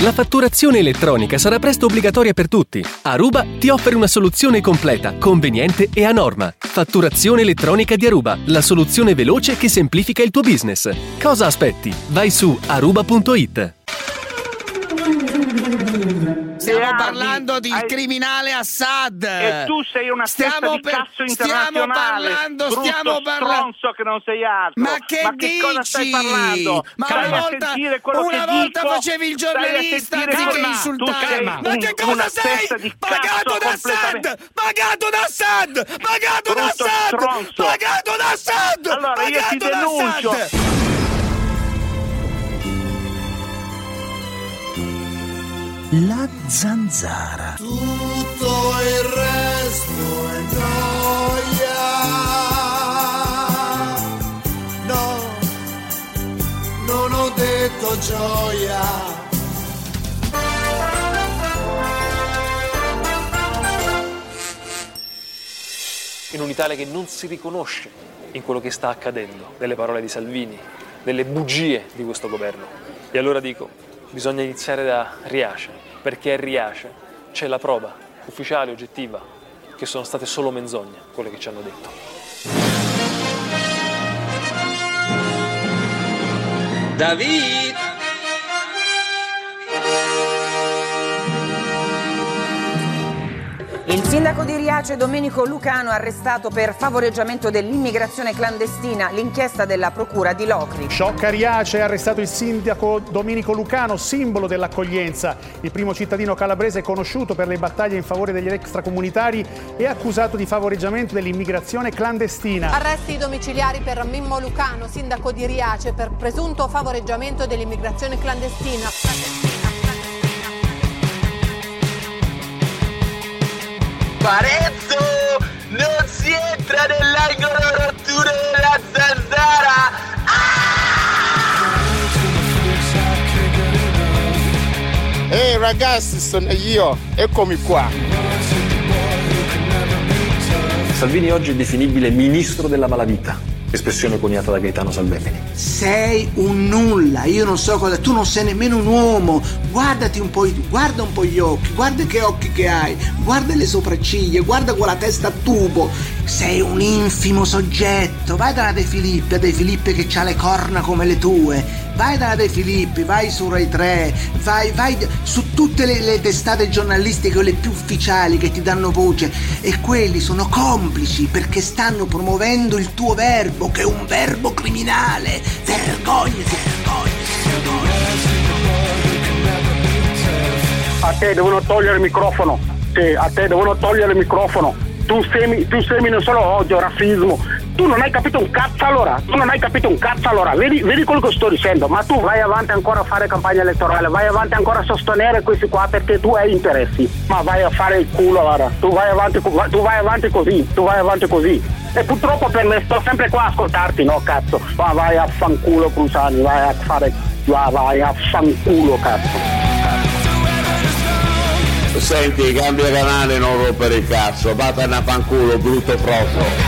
La fatturazione elettronica sarà presto obbligatoria per tutti. Aruba ti offre una soluzione completa, conveniente e a norma. Fatturazione elettronica di Aruba, la soluzione veloce che semplifica il tuo business. Cosa aspetti? Vai su aruba.it. Stiamo parlando di criminale Assad. E tu sei una testa di cazzo internazionale. Stiamo parlando. Stronzo che non sei altro. Ma che dici? Cosa stai parlando? Ma Stai una a volta, sentire quello una che volta dico? facevi il giornalista anziché insultare. Ma che cosa sei? Pagato da Assad! Pagato da Assad! Pagato da Assad! Pagato da Assad! Allora io ti denuncio. La zanzara. Tutto il resto è gioia. No, non ho detto gioia. In un'Italia che non si riconosce in quello che sta accadendo, nelle parole di Salvini, nelle bugie di questo governo. E allora dico, bisogna iniziare da Riace, perché a Riace c'è la prova ufficiale, oggettiva, che sono state solo menzogne quelle che ci hanno detto. David! Il sindaco di Riace, Domenico Lucano, arrestato per favoreggiamento dell'immigrazione clandestina, l'inchiesta della procura di Locri. Sciocca Riace, è arrestato il sindaco Domenico Lucano, simbolo dell'accoglienza. Il primo cittadino calabrese conosciuto per le battaglie in favore degli extracomunitari e accusato di favoreggiamento dell'immigrazione clandestina. Arresti domiciliari per Mimmo Lucano, sindaco di Riace, per presunto favoreggiamento dell'immigrazione clandestina. Parenzo, non si entra nell'angolo rottura della zanzara. Ehi ragazzi, sono io, eccomi qua. Salvini oggi è definibile ministro della malavita, espressione coniata da Gaetano Salvemini. Sei un nulla, io non so cosa, tu non sei nemmeno un uomo. Guardati un po', guarda un po' gli occhi, guarda che occhi che hai, guarda le sopracciglia, guarda quella testa a tubo. Sei un infimo soggetto. Vai dalla De Filippi che c'ha le corna come le tue. Vai dalla De Filippi, vai su Rai 3, vai su tutte le testate giornalistiche, le più ufficiali che ti danno voce, e quelli sono complici perché stanno promuovendo il tuo verbo, che è un verbo criminale. Vergognati. A te devono togliere il microfono. Sì, a te devono togliere il microfono. Tu semini solo odio, razzismo. Tu non hai capito un cazzo allora. Vedi quello che sto dicendo. Ma tu vai avanti ancora a fare campagna elettorale, vai avanti ancora a sostenere questi qua perché tu hai interessi. Ma vai a fare il culo allora. Tu vai avanti così. E purtroppo per me sto sempre qua a ascoltarti, no cazzo. Ma vai a fanculo Crusani, vai a fanculo cazzo. Senti, cambia canale, non rompere il cazzo, vattene a fanculo, brutto frosso.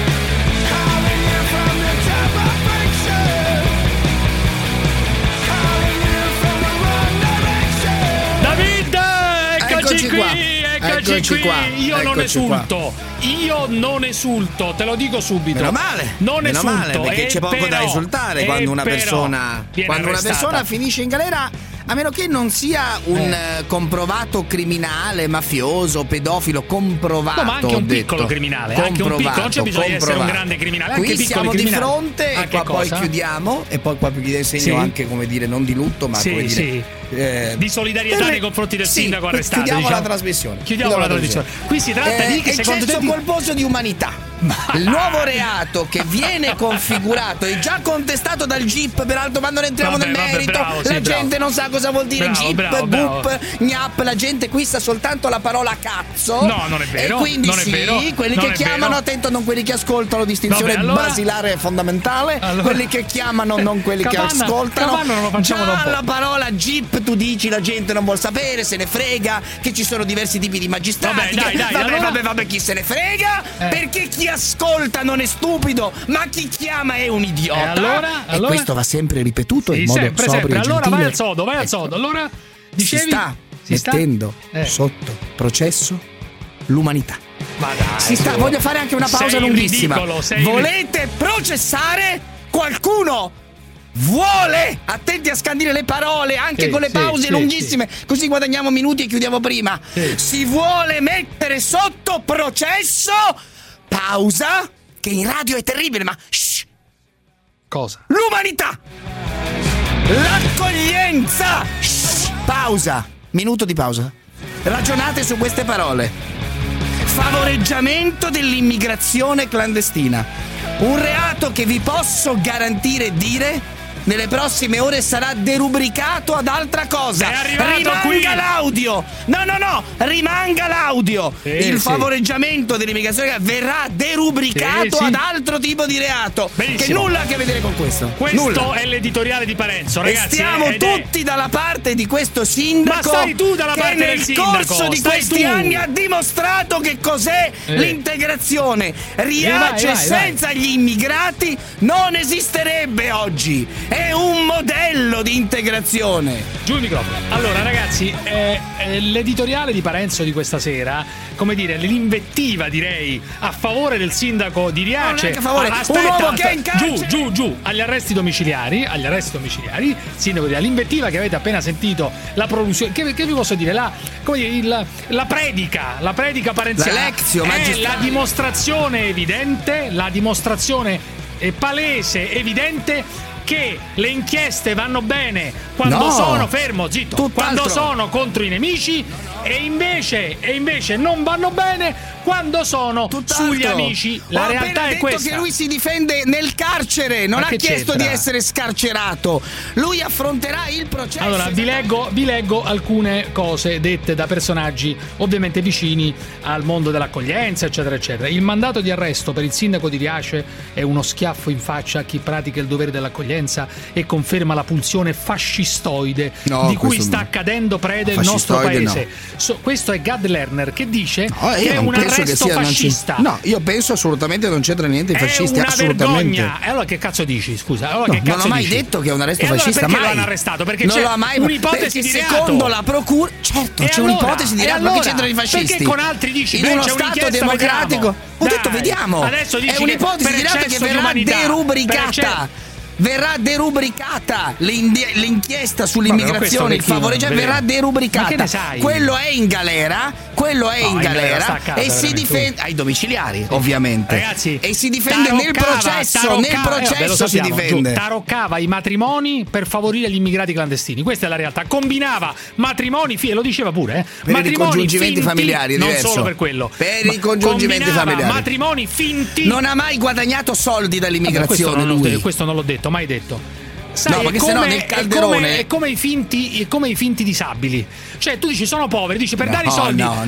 Eccoci qui. Io non esulto, te lo dico subito. Meno male, perché c'è poco da esultare quando una persona finisce in galera. A meno che non sia un comprovato criminale, mafioso, pedofilo, comprovato. No, ma anche un piccolo criminale, anche un piccolo, non c'è bisogno di essere un grande criminale. Qui anche siamo di fronte, e qua poi cosa? chiudiamo, e poi qua vi segno anche, come dire, non di lutto, ma come dire, di solidarietà nei confronti del sindaco arrestato. Chiudiamo la trasmissione. Qui si tratta di che secondo te colposo di umanità. Il nuovo reato che viene configurato e già contestato dal GIP, peraltro, ma non entriamo nel merito. La gente non sa cosa vuol dire GIP, BUP, GNAP. La gente qui sa soltanto la parola cazzo. No, non è vero. E quindi non è vero, quelli che chiamano, attento, non quelli che ascoltano, distinzione basilare e fondamentale. Quelli che chiamano, non quelli che ascoltano. Non lo facciamo già la parola GIP, tu dici, la gente non vuol sapere, se ne frega, che ci sono diversi tipi di magistrati. Vabbè, chi se ne frega? Perché chi ascolta non è stupido, ma chi chiama è un idiota. Allora? E questo va sempre ripetuto in modo sempre. sobrio e Allora gentile. vai al sodo. Allora Dicevi? Si sta mettendo sotto processo l'umanità. Ma dai, voglio fare anche una pausa lunghissima. Volete processare qualcuno? Vuole, attenti a scandire le parole anche con le pause lunghissime, così guadagniamo minuti e chiudiamo prima. Si vuole mettere sotto processo, pausa, che in radio è terribile, ma cosa? L'umanità, l'accoglienza, pausa, minuto di pausa. Ragionate su queste parole. Favoreggiamento dell'immigrazione clandestina, un reato che vi posso garantire e dire nelle prossime ore sarà derubricato ad altra cosa. Rimanga l'audio. No, rimanga l'audio. Il favoreggiamento dell'immigrazione verrà derubricato ad altro tipo di reato. Benissimo. Che nulla a che vedere con questo. Questo è l'editoriale di Parenzo, ragazzi. E stiamo tutti dalla parte di questo sindaco. Ma stai tu dalla parte del sindaco. Nel corso di questi anni ha dimostrato che cos'è l'integrazione. Riace senza gli immigrati non esisterebbe oggi. È un modello di integrazione. Giù il microfono. Allora, ragazzi, l'editoriale di Parenzo di questa sera, come dire, l'invettiva, direi, a favore del sindaco di Riace. Un uomo che è in carcere. Giù, agli arresti domiciliari, sindaco di l'invettiva che avete appena sentito, la produzione, che vi posso dire, la predica parenziale, la lectio magistrale, la dimostrazione evidente, palese, evidente, che le inchieste vanno bene quando sono contro i nemici e invece non vanno bene quando sono sugli amici. La realtà è questa. Che lui si difende nel carcere, non ha chiesto di essere scarcerato. Lui affronterà il processo. Allora, vi leggo alcune cose dette da personaggi ovviamente vicini al mondo dell'accoglienza, eccetera, eccetera. Il mandato di arresto per il sindaco di Riace è uno schiaffo in faccia a chi pratica il dovere dell'accoglienza e conferma la pulsione fascistoide di cui sta accadendo prede il nostro paese. Questo è Gad Lerner che dice che è un arresto fascista. No, io penso assolutamente non c'entra niente di fascisti. È una assolutamente. vergogna. E allora che cazzo dici? Scusa, non ho mai detto che è un arresto fascista. Perché lo hanno arrestato? Perché non c'è l'ha mai un'ipotesi di reato. Secondo la procura, certo, c'è un'ipotesi di reato, ma che c'entrano i fascisti? Perché con altri dici in uno stato democratico? Ho detto vediamo. Adesso dici è un'ipotesi di reato che verrà derubricata. Verrà derubricata l'inchiesta sull'immigrazione, il favoreggiamento verrà derubricata. Ma che ne sai? Quello è in galera, e si difende ai domiciliari, ovviamente. Ragazzi, e si difende nel processo si difende. Taroccava i matrimoni per favorire gli immigrati clandestini. Questa è la realtà. Combinava matrimoni e lo diceva pure, per i ricongiungimenti familiari, non solo per quello. Per i ricongiungimenti familiari. Matrimoni finti. Non ha mai guadagnato soldi dall'immigrazione. Questo non l'ho detto, mai detto. Sai, perché sennò nel calderone è come i finti disabili. Cioè tu dici sono poveri, dici per dare i soldi. No.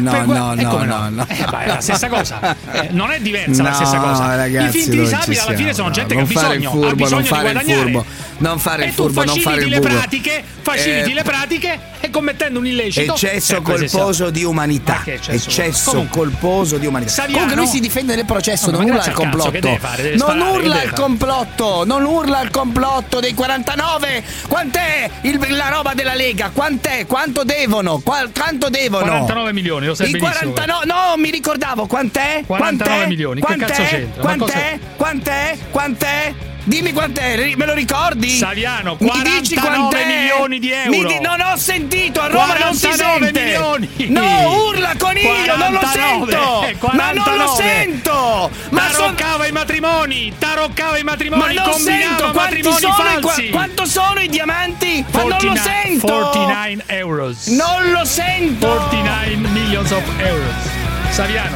È la stessa cosa. Non è diversa la stessa cosa. Ragazzi, i finti disabili alla fine sono gente che ha bisogno di guadagnare. Non fare il furbo, e tu non fare il burro. Faciliti le pratiche e commettendo un illecito. Eccesso colposo di umanità. Eccesso colposo di umanità. Comunque lui si difende nel processo, non urla al complotto. Non urla al complotto dei 49. Quant'è la roba della Lega? Quant'è? Quanto devono? Quanto devono? 49 milioni, lo sai benissimo. 49, no, mi ricordavo. Quant'è? 49 milioni. Che cazzo c'entra? Quant'è? Dimmi quant'è, me lo ricordi? Saviano, 49 milioni di euro. Non ho sentito, a Roma non si sente. Milioni. No, urla coniglio, 49, non lo sento. Ma non lo sento. Taroccava i matrimoni, ma non sento. Quanto sono i diamanti? Ma non lo sento. 49 euros. Non lo sento. 49 millions of euros. Saviano.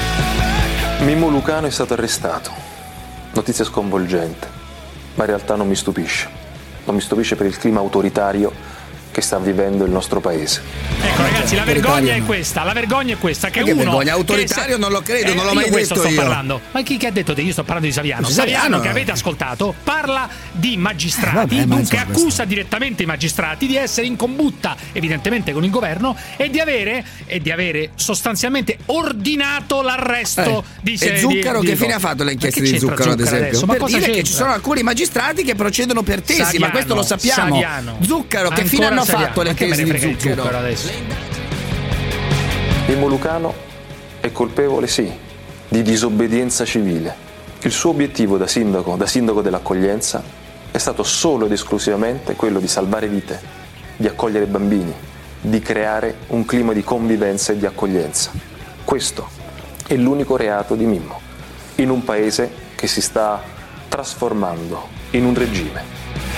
Mimmo Lucano è stato arrestato. Notizia sconvolgente, ma in realtà non mi stupisce. Non mi stupisce per il clima autoritario che sta vivendo il nostro paese. Ecco ragazzi, la vergogna è questa che uno vergogna autoritario non lo credo, non l'ho mai detto sto parlando. Ma chi ha detto te? Io sto parlando di Saviano. Saviano che avete ascoltato parla di magistrati, dunque accusa direttamente i magistrati di essere in combutta evidentemente con il governo e di avere sostanzialmente ordinato l'arresto di Zuccaro. Che fine ha fatto le inchieste di Zuccaro ad esempio? Per dire che ci sono alcuni magistrati che procedono per tesi, ma questo lo sappiamo. Zuccaro che fine hanno fatto le tesi di Zucchero. Adesso. Mimmo Lucano è colpevole, sì, di disobbedienza civile. Il suo obiettivo da sindaco dell'accoglienza è stato solo ed esclusivamente quello di salvare vite, di accogliere bambini, di creare un clima di convivenza e di accoglienza. Questo è l'unico reato di Mimmo, in un paese che si sta trasformando in un regime.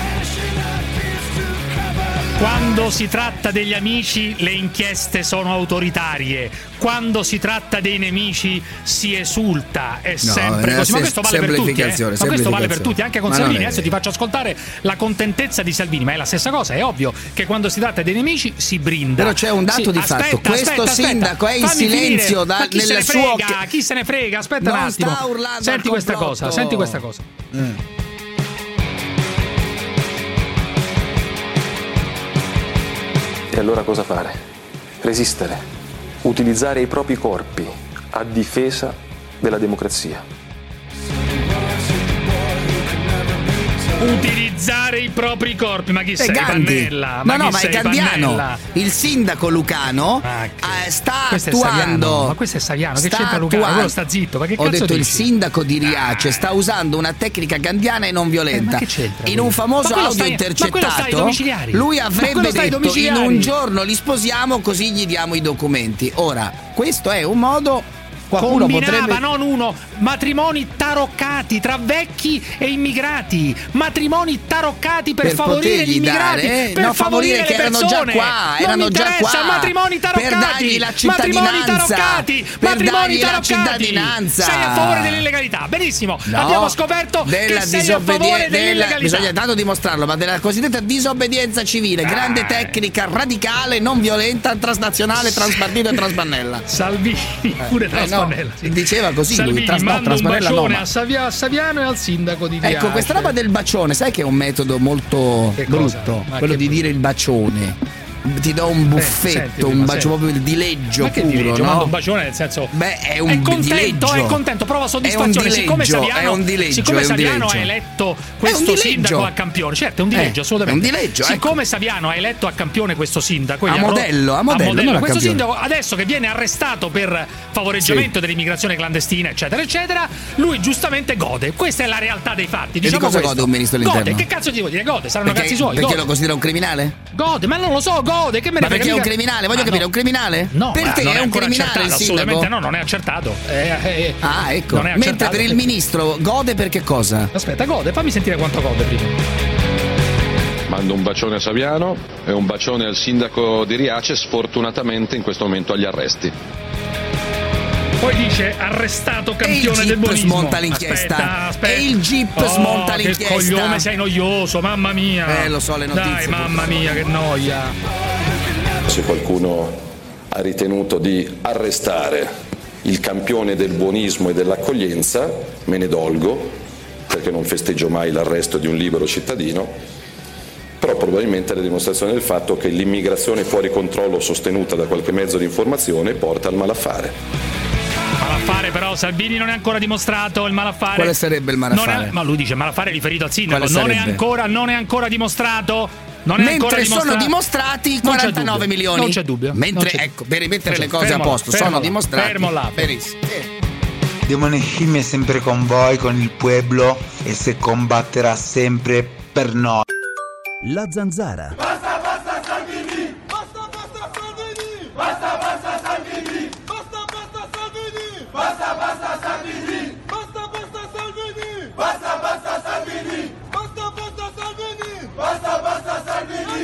Quando si tratta degli amici le inchieste sono autoritarie, quando si tratta dei nemici si esulta, è sempre così. Ma questo vale per tutti, Ma questo vale per tutti, anche con Salvini. Adesso ti faccio ascoltare la contentezza di Salvini, ma è la stessa cosa, è ovvio che quando si tratta dei nemici si brinda. Però c'è un dato di fatto, questo sindaco è in silenzio nel suo... Chi se ne frega? Aspetta un attimo. Senti questa cosa. E allora cosa fare? Resistere, utilizzare i propri corpi a difesa della democrazia. Utilizzare i propri corpi, ma chi sei? Pannella? Ma è Gandiano. Il sindaco Lucano sta attuando. Ma questo è Saviano, che c'entra Lucano? Quello sta zitto. Ma che cazzo ho detto dici? Il sindaco di Riace sta usando una tecnica gandiana e non violenta. Ma che c'entra? In un famoso audio intercettato, lui avrebbe detto: in un giorno li sposiamo, così gli diamo i documenti. Ora, questo è un modo. Qualcuno combinava, non uno, matrimoni taroccati tra vecchi e immigrati, matrimoni taroccati per favorire gli immigrati, per favorire che le persone. Erano già qua. Matrimoni taroccati, per dargli la cittadinanza. Sei a favore dell'illegalità, benissimo. Abbiamo scoperto che sei a favore dell'illegalità. Bisogna tanto dimostrarlo, ma della cosiddetta disobbedienza civile, grande tecnica radicale, non violenta, transnazionale, transpartito e transpannella. Salvini pure transpartito. Sì. Diceva così Salvini, lui, manda un bacione a Saviano e al sindaco di Riace. Ecco, questa roba del bacione, sai che è un metodo molto brutto, quello di dire il bacione. Ti do un buffetto, un bacio proprio il dileggio ma che puro, dileggio? no? Manda un bacione nel senso è un dileggio. È contento, prova soddisfazione. Siccome Saviano ha eletto questo sindaco a campione, certo è un dileggio, assolutamente. È un dileggio, siccome Saviano ha eletto a campione questo sindaco, a modello questo sindaco adesso che viene arrestato per favoreggiamento dell'immigrazione clandestina, eccetera, eccetera, lui giustamente gode. Questa è la realtà dei fatti. Diciamo cosa gode un ministro dell'interno? Gode, che cazzo ti vuol dire? Gode, saranno cazzi suoi. Perché lo considera un criminale? Gode, ma non lo so, gode, che me ne frega. Ma perché è un criminale? Voglio capire, è un criminale? No, perché non è un criminale il sindaco? Assolutamente no, non è accertato. Ecco. Non è mentre per il ministro gode per che cosa? Aspetta, gode, fammi sentire quanto gode prima. Mando un bacione a Saviano e un bacione al sindaco di Riace, sfortunatamente in questo momento agli arresti. Poi dice arrestato campione del buonismo. Smonta l'inchiesta. Aspetta. E il GIP smonta l'inchiesta. Che coglione, sei noioso, mamma mia. Lo so, le notizie. Dai, mamma mia, che noia. Se qualcuno ha ritenuto di arrestare il campione del buonismo e dell'accoglienza, me ne dolgo, perché non festeggio mai l'arresto di un libero cittadino, però probabilmente è la dimostrazione del fatto che l'immigrazione fuori controllo sostenuta da qualche mezzo di informazione porta al malaffare. Malaffare, però Salvini non è ancora dimostrato il malaffare. Quale sarebbe il malaffare? Ma lui dice malaffare riferito al sindaco. Non è ancora dimostrato. Mentre sono dimostrati 49 milioni. Non c'è dubbio. Mentre, ecco, per rimettere le cose a posto, sono dimostrati. Fermo là. Benissimo. Demone Jim è sempre con voi, con il pueblo, e se combatterà sempre per noi. La Zanzara. Basta Salvini! Basta Salvini! Basta Salvini! Basta Salvini! Basta Salvini! Basta Salvini! Basta Salvini! Basta Salvini!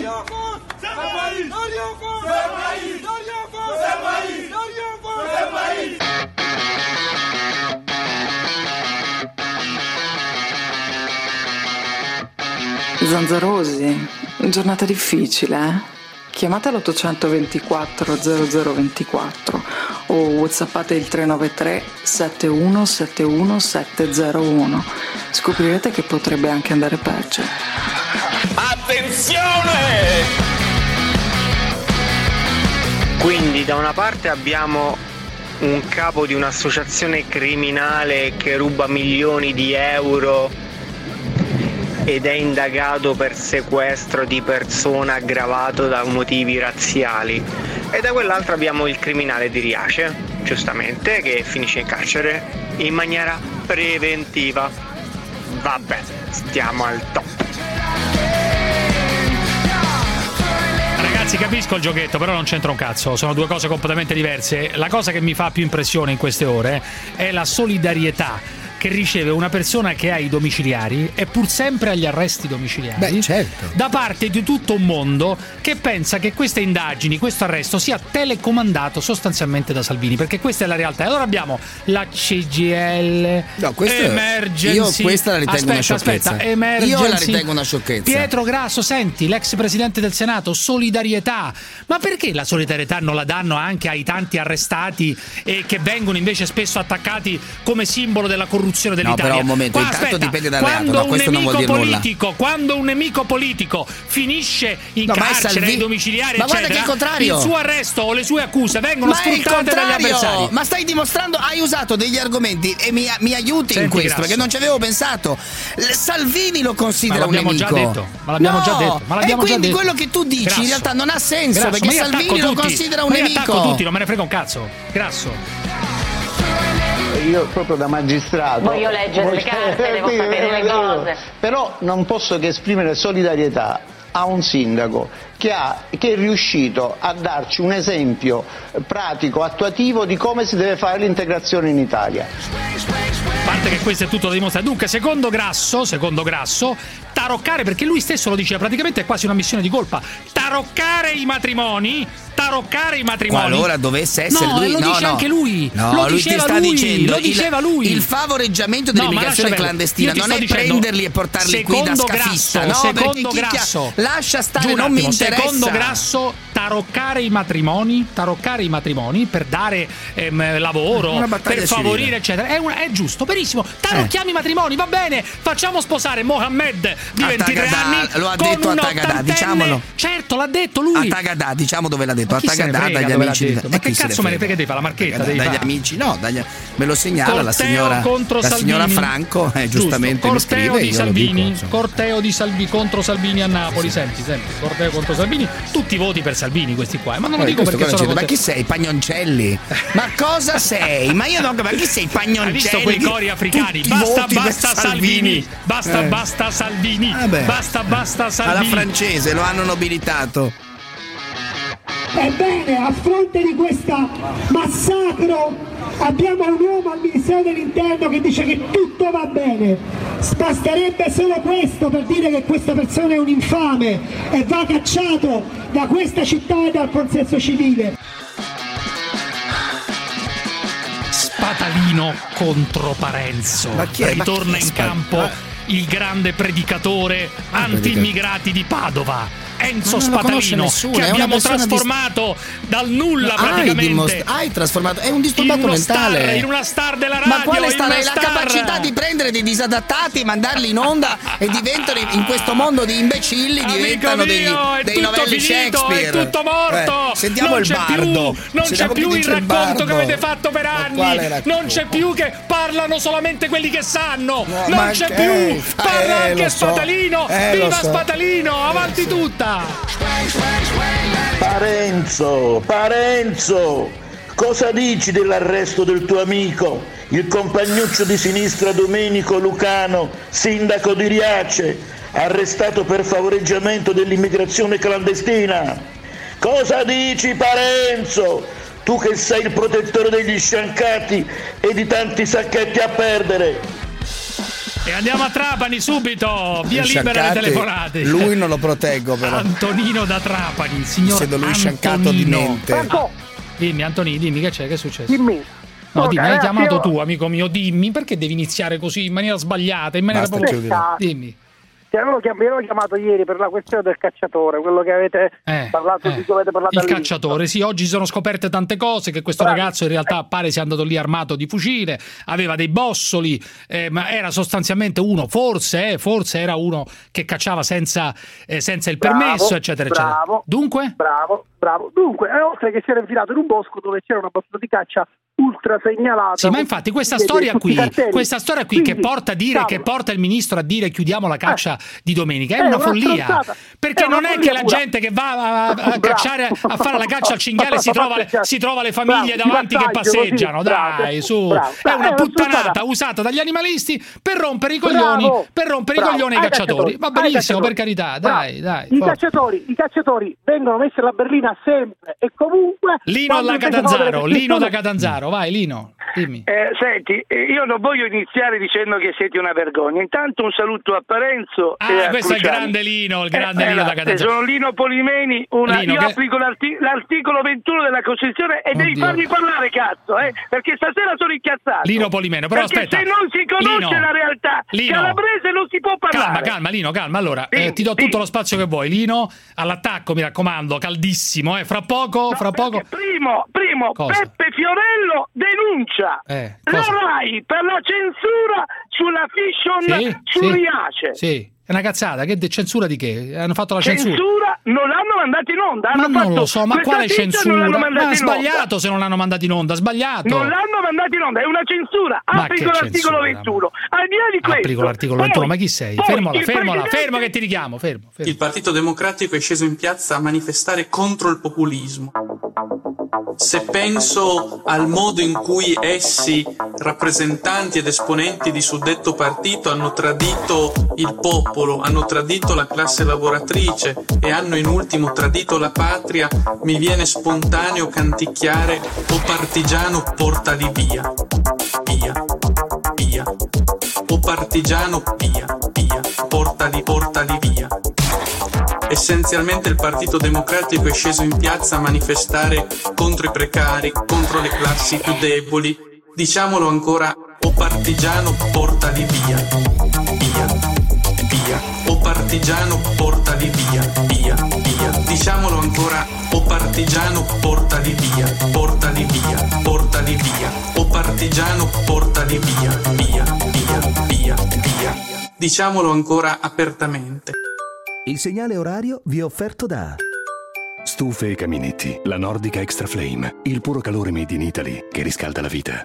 Zanzarosi, giornata difficile, eh? Chiamate l'824 0024 o whatsappate il 393 7171 701. Scoprirete che potrebbe anche andare peggio. Attenzione! Quindi da una parte abbiamo un capo di un'associazione criminale che ruba milioni di euro ed è indagato per sequestro di persona aggravato da motivi razziali. E da quell'altra abbiamo il criminale di Riace, giustamente, che finisce in carcere in maniera preventiva. Vabbè, stiamo al top. Ragazzi, capisco il giochetto, però non c'entra un cazzo, sono due cose completamente diverse. La cosa che mi fa più impressione in queste ore è la solidarietà che riceve una persona che ha i domiciliari e pur sempre agli arresti domiciliari, certo, da parte di tutto un mondo che pensa che queste indagini, questo arresto sia telecomandato sostanzialmente da Salvini, perché questa è la realtà. E allora abbiamo la CGIL, Emergency. Io questa la ritengo una sciocchezza. Emergency. Io la ritengo una sciocchezza. Pietro Grasso, senti, l'ex presidente del Senato, solidarietà. Ma perché la solidarietà non la danno anche ai tanti arrestati e che vengono invece spesso attaccati come simbolo della corruzione dell'Italia? No, però un momento, intanto dipende dal reato, no, questo non vuol dire nulla. Quando un nemico politico finisce in carcere, ai domiciliari, ma eccetera, guarda che è il contrario, il suo arresto o le sue accuse vengono sfruttate dagli avversari. Ma stai dimostrando, hai usato degli argomenti e mi aiuti. Senti, in questo, Grasso, perché non ci avevo pensato. Salvini lo considera un nemico. Ma l'abbiamo già detto. E quindi quello che tu dici, Grasso, in realtà non ha senso, perché Salvini lo considera un nemico. Io attacco tutti, non me ne frega un cazzo. Grasso. Io proprio da magistrato voglio leggere le carte, devo sapere le cose. Però non posso che esprimere solidarietà a un sindaco che è riuscito a darci un esempio pratico, attuativo di come si deve fare l'integrazione in Italia. A parte che questo è tutto da dimostrare. Dunque, secondo Grasso, taroccare, perché lui stesso lo diceva, praticamente è quasi una missione di colpa, taroccare i matrimoni. Qualora dovesse essere lui, lo dice anche lui. No, lo lui diceva ti sta dicendo lo diceva lui. Il favoreggiamento dell'immigrazione clandestina non è prenderli e portarli qui da scafista. Secondo Grasso, lascia stare, non mi interessa. Secondo Grasso, taroccare i matrimoni per dare lavoro, per favorire, eccetera. È giusto, benissimo. Tarocchiamo i matrimoni, va bene. Facciamo sposare Mohammed di 23 anni. Lo ha detto a Tagada, diciamolo. Certo, l'ha detto lui. A Tagada, diciamo dove l'ha detto. A Tagada, dagli amici. Ma che cazzo me ne frega, devi fare la marchetta? Dagli amici, no, me lo segnala la signora Franco, giustamente mi scrive. Corteo di Salvini contro Salvini a Napoli. Senti, corteo contro Salvini, tutti i voti per Salvini questi qua, ma non lo dico perché sono ma chi sei, Pagnoncelli? Ma cosa sei? Ma io non, ma chi sei, Pagnoncelli? Hai visto quei cori africani? Basta Salvini, basta Salvini, basta Salvini. Alla francese lo hanno nobilitato. Ebbene, a fronte di questo massacro abbiamo un uomo al Ministero dell'Interno che dice che tutto va bene. Basterebbe solo questo per dire che questa persona è un infame e va cacciato da questa città e dal consesso civile. Spatalino contro Parenzo. Ritorna in campo il grande predicatore anti-immigrati di Padova, Enzo Spatalino, che abbiamo trasformato dal nulla praticamente. Hai trasformato, è un disturbato mentale. In una star della radio. Ma quale star? È la capacità di prendere dei disadattati, mandarli in onda e diventano, in questo mondo di imbecilli, diventano dei novelli Shakespeare. È tutto morto. Sentiamo il bardo. Non c'è più il racconto che avete fatto per anni. Non c'è più che parlano solamente quelli che sanno. Non c'è più. Parla anche Spatalino. Viva Spatalino, avanti tutta. Parenzo, cosa dici dell'arresto del tuo amico, il compagnuccio di sinistra Domenico Lucano, sindaco di Riace, arrestato per favoreggiamento dell'immigrazione clandestina? Cosa dici, Parenzo? Tu che sei il protettore degli sciancati e di tanti sacchetti a perdere. E andiamo a Trapani subito, via libera le telefonate. Lui non lo proteggo però. Antonino da Trapani, signor Essendo lui Antonino. sciancato di mente. Franco. Dimmi Antonino, dimmi che c'è, che è successo? Dimmi. No, dimmi, hai chiamato tu, amico mio, dimmi, perché devi iniziare così in maniera sbagliata, in maniera proprio... Dimmi. Io avevo chiamato ieri per la questione del cacciatore, quello che avete parlato, di cui avete parlato. Il cacciatore, sì, oggi si sono scoperte tante cose, che questo ragazzo in realtà pare sia andato lì armato di fucile, aveva dei bossoli, ma era sostanzialmente uno, forse era uno che cacciava senza il permesso, eccetera, eccetera. Dunque? Bravo. Dunque, oltre che si era infilato in un bosco dove c'era una bossata di caccia ultra segnalata. Sì, ma infatti questa storia qui quindi, che porta a dire che porta il ministro a dire chiudiamo la caccia di domenica è una follia, perché non è che la gente che va a cacciare, a fare la caccia al cinghiale si trova le famiglie davanti che passeggiano, dai, su. È una puttanata usata dagli animalisti per rompere i coglioni ai cacciatori. Va benissimo, per carità, dai. I cacciatori vengono messi alla berlina sempre e comunque. Lino da Catanzaro, vai Lino, dimmi. Senti, io non voglio iniziare dicendo che siete una vergogna. Intanto un saluto a Parenzo. Questo è il grande Lino da Catanzaro. Sono Lino Polimeni, applico l'articolo 21 della Costituzione e devi farmi parlare, cazzo, perché stasera sono incazzato. Lino Polimeno, però perché aspetta. se non si conosce la realtà calabrese non si può parlare. Calma Lino, allora ti do tutto lo spazio che vuoi. Lino, all'attacco, mi raccomando, caldissimo, fra poco. Primo, Peppe Fiorello denuncia la RAI per la censura sulla fiction su Riace. Sì. È una cazzata, che censura di che? Hanno fatto la censura? Non l'hanno mandato in onda. Non lo so, ma quale censura? Ma è sbagliato se non l'hanno mandato in onda, sbagliato. Non l'hanno mandato in onda, è una censura. Applico l'articolo 21. Al di là di questo. Applico l'articolo 21, ma chi sei? Fermo che ti richiamo, fermo. Il Partito Democratico è sceso in piazza a manifestare contro il populismo. Se penso al modo in cui essi, rappresentanti ed esponenti di suddetto partito, hanno tradito il popolo, hanno tradito la classe lavoratrice e hanno in ultimo tradito la patria, mi viene spontaneo canticchiare "O partigiano, portali via, via, via, o partigiano, via, via, portali via". Essenzialmente il Partito Democratico è sceso in piazza a manifestare contro i precari, contro le classi più deboli. Diciamolo ancora, o partigiano, portali via, via, via. O partigiano, portali via, via, via. Diciamolo ancora, o partigiano, portali via, portali via, portali via. O partigiano, portali via, via, via, via, via. Diciamolo ancora apertamente. Il segnale orario vi è offerto da Stufe e caminetti, la Nordica Extra Flame, il puro calore made in Italy che riscalda la vita.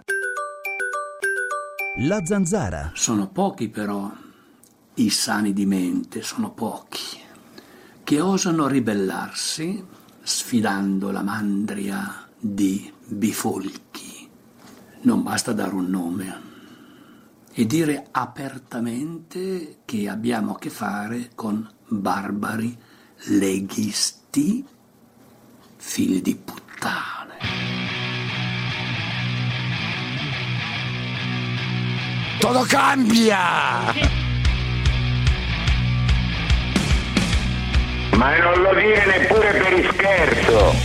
La Zanzara. Sono pochi però i sani di mente, sono pochi, che osano ribellarsi sfidando la mandria di bifolchi. Non basta dare un nome e dire apertamente che abbiamo a che fare con barbari leghisti, figli di puttane. Todo cambia! Ma non lo dire neppure per ischerzo.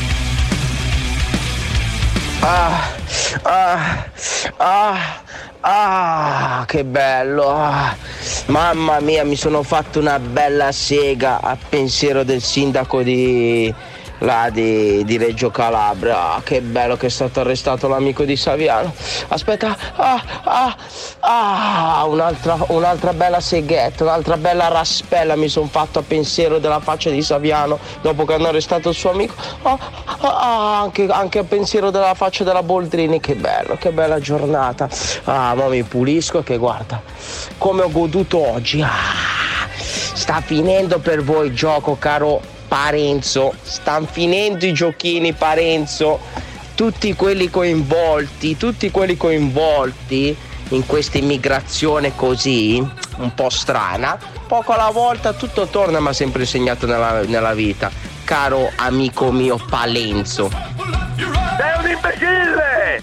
Che bello. Mamma mia, mi sono fatto una bella sega a pensiero del sindaco di Reggio Calabria. Che bello che è stato arrestato l'amico di Saviano. Aspetta, un'altra bella seghetta, un'altra bella raspella mi sono fatto a pensiero della faccia di Saviano dopo che hanno arrestato il suo amico. Anche a pensiero della faccia della Boldrini. Che bello, che bella giornata. Ma mi pulisco, che guarda come ho goduto oggi. Sta finendo per voi il gioco, caro Parenzo, stanno finendo i giochini, Parenzo. Tutti quelli coinvolti in questa immigrazione così un po' strana, poco alla volta tutto torna, ma sempre segnato nella vita, caro amico mio Palenzo. Sei un imbecille!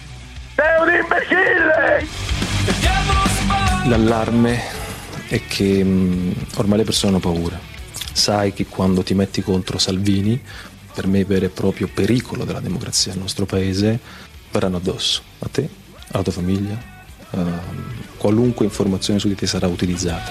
L'allarme è che ormai le persone hanno paura. Sai che quando ti metti contro Salvini, per me vero e proprio pericolo della democrazia nel nostro paese, verranno addosso a te, alla tua famiglia, qualunque informazione su di te sarà utilizzata.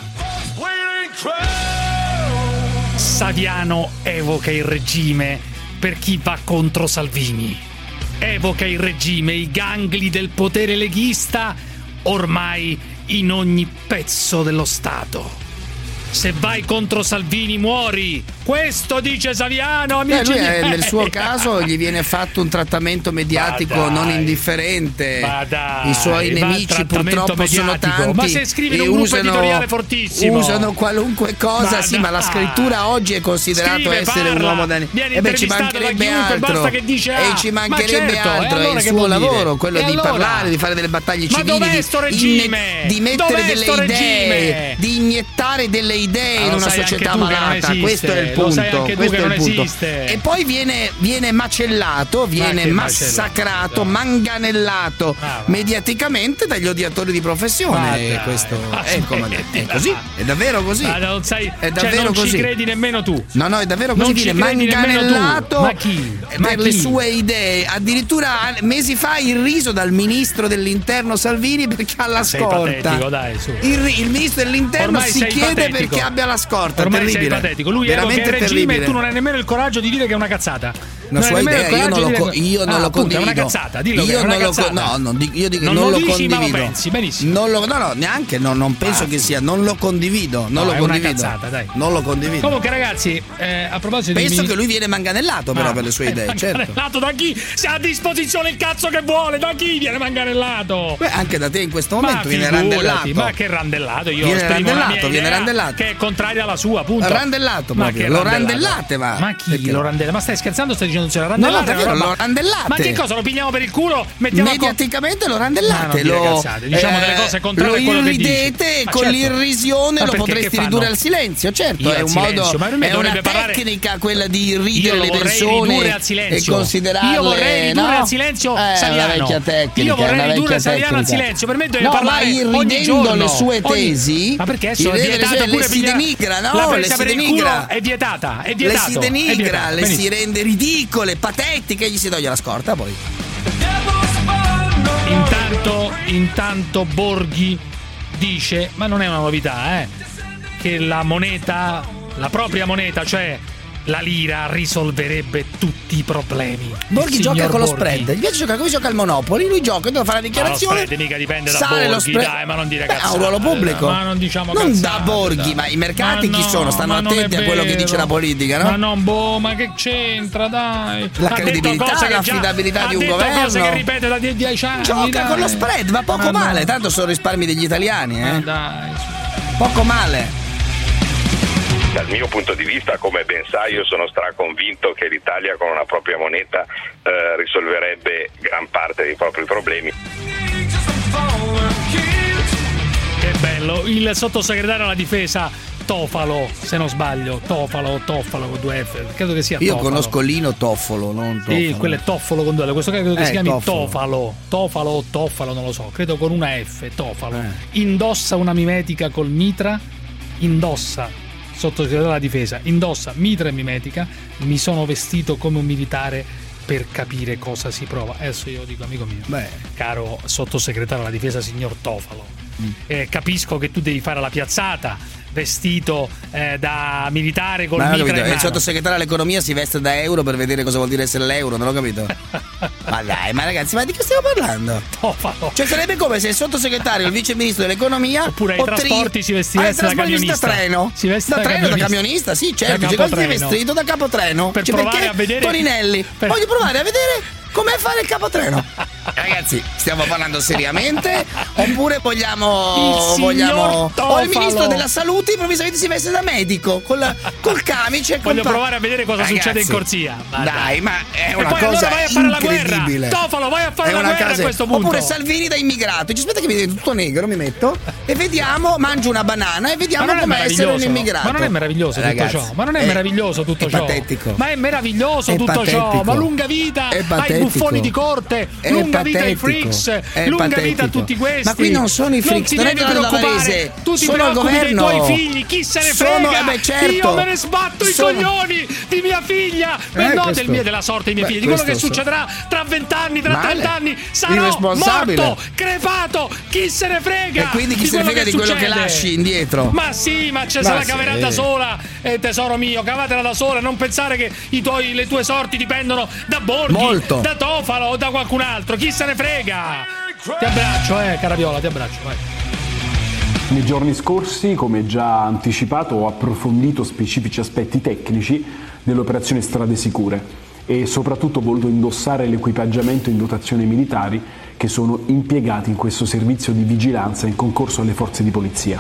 Saviano evoca il regime per chi va contro Salvini. Evoca il regime, i gangli del potere leghista ormai in ogni pezzo dello Stato. se vai contro Salvini muori. Questo dice Saviano, amici. Nel suo caso gli viene fatto un trattamento mediatico non indifferente. I suoi nemici purtroppo sono tanti. Ma se scrivi un gruppo editoriale fortissimo, usano qualunque cosa. Ma la scrittura oggi è considerato essere un uomo da ci mancherebbe altro. E ci mancherebbe altro. È il suo lavoro, quello di parlare, di fare delle battaglie civili, di mettere delle idee, di iniettare delle idee in una società malata. Questo è il punto. E poi viene macellato, viene massacrato, manganellato mediaticamente dagli odiatori di professione. Questo è così, è davvero così. È davvero non così. Ci credi nemmeno tu. No, è davvero così. Viene manganellato per le sue idee. Addirittura mesi fa irriso dal ministro dell'interno Salvini perché ha la scorta. Il ministro dell'interno si chiede perché abbia la scorta. Ormai terribile. Sei patetico. Lui è in regime e tu non hai nemmeno il coraggio di dire che è una cazzata. Una sua idea, io non lo condivido. È una cazzata, dillo che è una cazzata. Io dico non lo dici, condivido. Ma lo pensi, benissimo. Neanche non penso che sia, non lo condivido. Non lo condivido. È una cazzata, dai. Non lo condivido. Comunque ragazzi, a proposito penso che lui viene manganellato però per le sue idee, certo. Manganellato da chi? Se ha a disposizione il cazzo che vuole, da chi viene manganellato? Beh, anche da te in questo momento viene randellato. Ma che randellato? Io esprimo la mia idea che è contraria alla sua, appunto. Randellato proprio. Lo randellate, va. Ma chi lo randella? Ma stai scherzando? Stai dicendo se la randellate? Lo randellate. Ma che cosa? Lo pigliamo per il culo? Mediaticamente lo randellate. Diciamo delle cose contrarie a quello che dici. Lo irridete con l'irrisione, lo potresti ridurre al silenzio, certo. È un modo, è una tecnica quella di irridere le persone e considerarle. Io vorrei ridurre al silenzio Saviano. Vecchia tecnica. Io vorrei ridurre Saviano al silenzio. Per me deve parlare ogni giorno. Le sue tesi. Ma perché adesso è vietata pure si denigra, no? La presa per il culo è vietata. Le si denigra, le si rende ridicole, patetiche, gli si toglie la scorta poi. Intanto Borghi dice, ma non è una novità, che la propria moneta, cioè la lira, risolverebbe tutti i problemi. Borghi gioca con lo spread. Invece gioca come gioca al Monopoli. Lui gioca, deve fare la dichiarazione. Ma lo spread mica dipende da Borghi, dai, ma non dire cazzate. Ha un ruolo pubblico. Ma non diciamo non cazzate, da Borghi, ma i mercati chi sono? Stanno attenti a quello che dice la politica, no? Ma che c'entra, dai? La credibilità, l'affidabilità di un governo. Cose che ripete da 10 anni. Gioca con lo spread, va poco male. Tanto sono risparmi degli italiani, Dai. Poco male. Dal mio punto di vista, come ben sai, io sono straconvinto che l'Italia con una propria moneta risolverebbe gran parte dei propri problemi. Che bello, il sottosegretario alla difesa Tofalo, se non sbaglio, Tofalo con 2 F, credo che sia Io Tofalo. Conosco Lino Toffolo, non Tofalo. Sì, quello è Toffolo con 2 L, questo credo che si chiami Tofalo, non lo so, credo con una F, Tofalo. Indossa una mimetica col mitra, sottosegretario alla difesa, indossa mitra e mimetica, mi sono vestito come un militare per capire cosa si prova. Adesso io dico, amico mio, caro sottosegretario alla difesa signor Tofalo, capisco che tu devi fare la piazzata vestito da militare col mitra in mano. Il sottosegretario all'economia si veste da euro per vedere cosa vuol dire essere l'euro, non ho capito. Ma dai, ma ragazzi, ma di che stiamo parlando? Tofalo. Cioè sarebbe come se il sottosegretario, il vice ministro dell'economia, oppure ai trasporti si vestisse da camionista. Treno. Si veste da treno, da camionista, sì, certo. Si è vestito da capotreno. Per provare a vedere Toninelli. Voglio provare a vedere com'è fare il capotreno. Ragazzi, stiamo parlando seriamente? Oppure vogliamo o il ministro della salute improvvisamente si veste da medico col camice. Voglio provare a vedere cosa succede in corsia. Dai, ma è una poi cosa allora vai a fare la incredibile. Guerra. Tofalo, vai a fare la guerra a questo punto. Oppure Salvini da immigrato. Ci aspetta che mi diventi tutto negro, mi metto e vediamo, mangio una banana e vediamo come essere un immigrato. Ma non è meraviglioso tutto ciò? Ma non è meraviglioso tutto ciò? Patetico. Ma è meraviglioso tutto ciò? Ma lunga vita ai buffoni di corte, lunga vita ai freaks, lunga vita a tutti questi. Ma qui non sono i freaks, non ti devi preoccupare. Tu ti preoccupi dei tuoi figli, chi se ne frega? Certo. Io me ne sbatto i coglioni di mia figlia, no della sorte di mia figlia, di quello che succederà tra 20 anni, tra 30 anni. Sarò morto, crepato, chi se ne frega? E quindi chi se ne frega di quello che lasci indietro? Ma sì, ma se la caverà da sola, tesoro mio, cavatela da sola, non pensare che le tue sorti dipendono da Borghi, da Tofalo o da qualcun altro, chi se ne frega? Ti abbraccio, Caraviola, ti abbraccio, vai. Nei giorni scorsi, come già anticipato, ho approfondito specifici aspetti tecnici dell'operazione Strade Sicure e soprattutto ho voluto indossare l'equipaggiamento in dotazione militari che sono impiegati in questo servizio di vigilanza in concorso alle forze di polizia.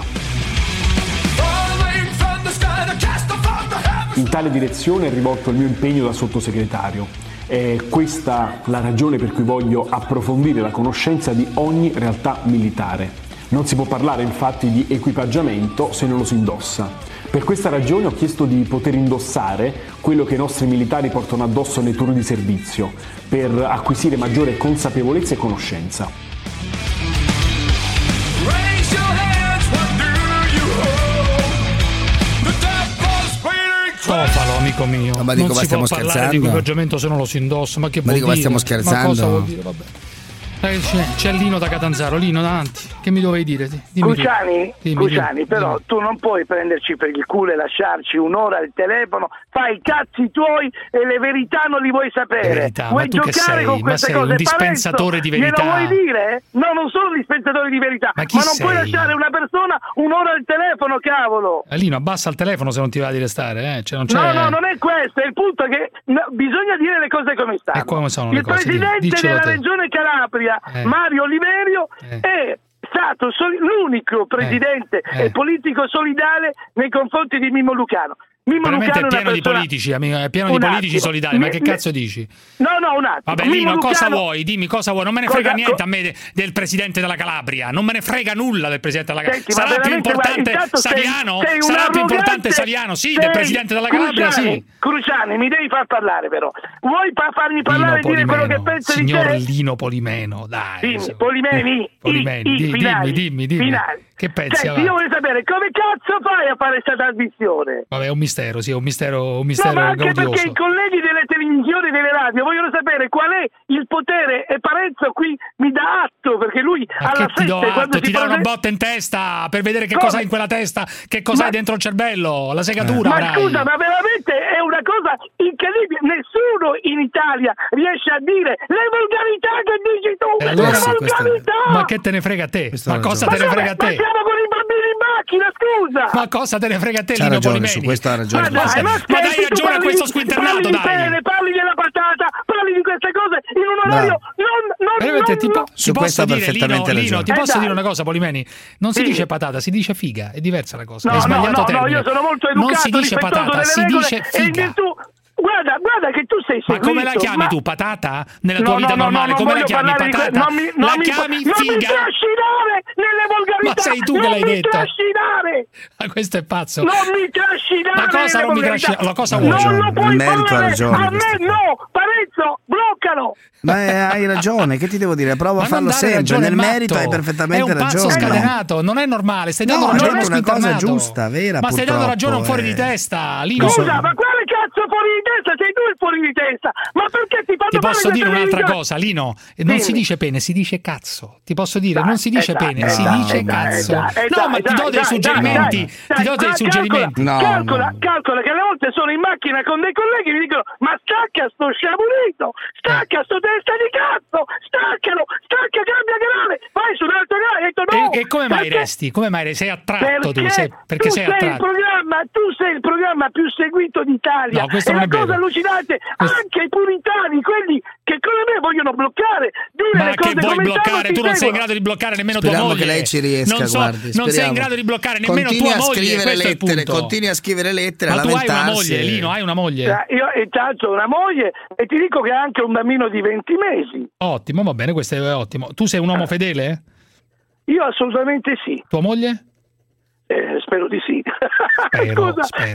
In tale direzione è rivolto il mio impegno da sottosegretario. È questa la ragione per cui voglio approfondire la conoscenza di ogni realtà militare. Non si può parlare infatti di equipaggiamento se non lo si indossa. Per questa ragione ho chiesto di poter indossare quello che i nostri militari portano addosso nei turni di servizio, per acquisire maggiore consapevolezza e conoscenza. Tofalo, amico mio. Ma dico, non si può parlare di equipaggiamento se non lo si indossa. Ma che vuol dire? Ma stiamo scherzando? Ma cosa vuol dire? Vabbè. C'è Lino da Catanzaro. Lino, davanti, che mi dovevi dire? Cucciani, però tu non puoi prenderci per il culo e lasciarci un'ora al telefono, fai i cazzi tuoi e le verità non li vuoi sapere. Verità, vuoi ma tu giocare con queste cose? Un dispensatore di verità. Glielo vuoi dire? No, non sono un dispensatore di verità, ma non puoi lasciare una persona un'ora al telefono, cavolo. Lino, abbassa il telefono se non ti va di restare, Cioè, non c'è... No, non è questo, è il punto che bisogna dire le cose come stanno. E come sono il le cose? presidente della regione Calabria, Mario Oliverio, è stato l'unico presidente e politico solidale nei confronti di Mimmo Lucano. Veramente è pieno di politici, amico, è pieno di politici solidali, ma che cazzo dici? No, un attimo. Vabbè, Lino, cosa vuoi? Dimmi cosa vuoi. Non me ne frega niente a me del presidente della Calabria. Non me ne frega nulla del presidente della Calabria. Sarà più importante Saviano? Sarà più importante Saviano? Sì, del presidente della Calabria, sì. Cruciani, mi devi far parlare però. Vuoi farmi parlare e dire quello che pensi di te? Signor Lino Polimeno, dai. Dimmi, Polimeni, dimmi. Che pensi? Senti, io voglio sapere come cazzo fai a fare questa trasmissione? Vabbè, è un mistero, sì, è un mistero no, ma anche gaudioso. Perché i colleghi delle televisioni e delle radio vogliono sapere qual è il potere e Parenzo qui mi dà atto perché lui alla festa ti dà una botta in testa per vedere che cosa hai in quella testa, che cosa hai dentro il cervello, la segatura. Ma scusa, ma veramente è una cosa incredibile, nessuno in Italia riesce a dire le volgarità che dici tu, ma che te ne frega a te? Ma cosa te ne frega a te? Siamo con i bambini in macchina, scusa! Ma cosa te ne frega a te, Lino Polimeni? Su questo ha ragione. Ma dai ragione a questo squinternato, dai! Parli della patata, parli di queste cose in un orario ti posso dire, Lino, ti posso dire una cosa, Polimeni? Non si dice patata, si dice figa, è diversa la cosa. Hai sbagliato termine. No, io sono molto educato, non si dice patata, si dice figa. Guarda che tu sei seguito. Ma come la chiami tu? Patata? Nella tua vita normale come la chiami? Patata? La chiami figa? Non mi trascinare nelle volgarità. Ma sei tu che l'hai detto. Non mi trascinare. Ma questo è pazzo. Non mi trascinare. Ma cosa non mi trascinare? La cosa vuoi? Non lo puoi fare. A me no. Parenzo, bloccalo. Ma hai ragione, che ti devo dire? Provo a farlo sempre. Nel merito hai perfettamente ragione. È un pazzo scatenato, non è normale. Stai dando ragione a una cosa giusta, vera. Ma stai dando ragione a un fuori di testa, Lino. Scusa, ma quale cazzo fuori di testa? Sei tu il fuori di testa. Ma perché ti fanno? Ti posso dire un'altra cosa, Lino? Non si dice pene, si dice cazzo. Ti posso dire, non si dice pene, si dice cazzo. No, ma ti do dei suggerimenti. Ti do dei suggerimenti. Calcola che alle volte sono in macchina con dei colleghi e mi dicono: ma stacca sto sciamurito, stacca sto testa di cazzo, staccalo, cambia canale, vai su un altro canale. Ho detto no. E come mai resti? Come mai sei attratto tu? Perché sei attratto? Tu sei il programma più seguito d'Italia. No, questo non è vero. Cosa allucinante, anche i puritani, quelli che come me vogliono bloccare. Ma che vuoi bloccare? Tu non sei in grado di bloccare nemmeno tua moglie. Che lei ci riesca, non sei in grado di bloccare nemmeno tua moglie. Continui a scrivere lettere. Ma tu hai una moglie, Lino, hai una moglie? Io intanto ho una moglie e ti dico che ha anche un bambino di 20 mesi. Ottimo, va bene, questo è ottimo. Tu sei un uomo fedele? Io assolutamente sì. Tua moglie? Spero di sì. Spero.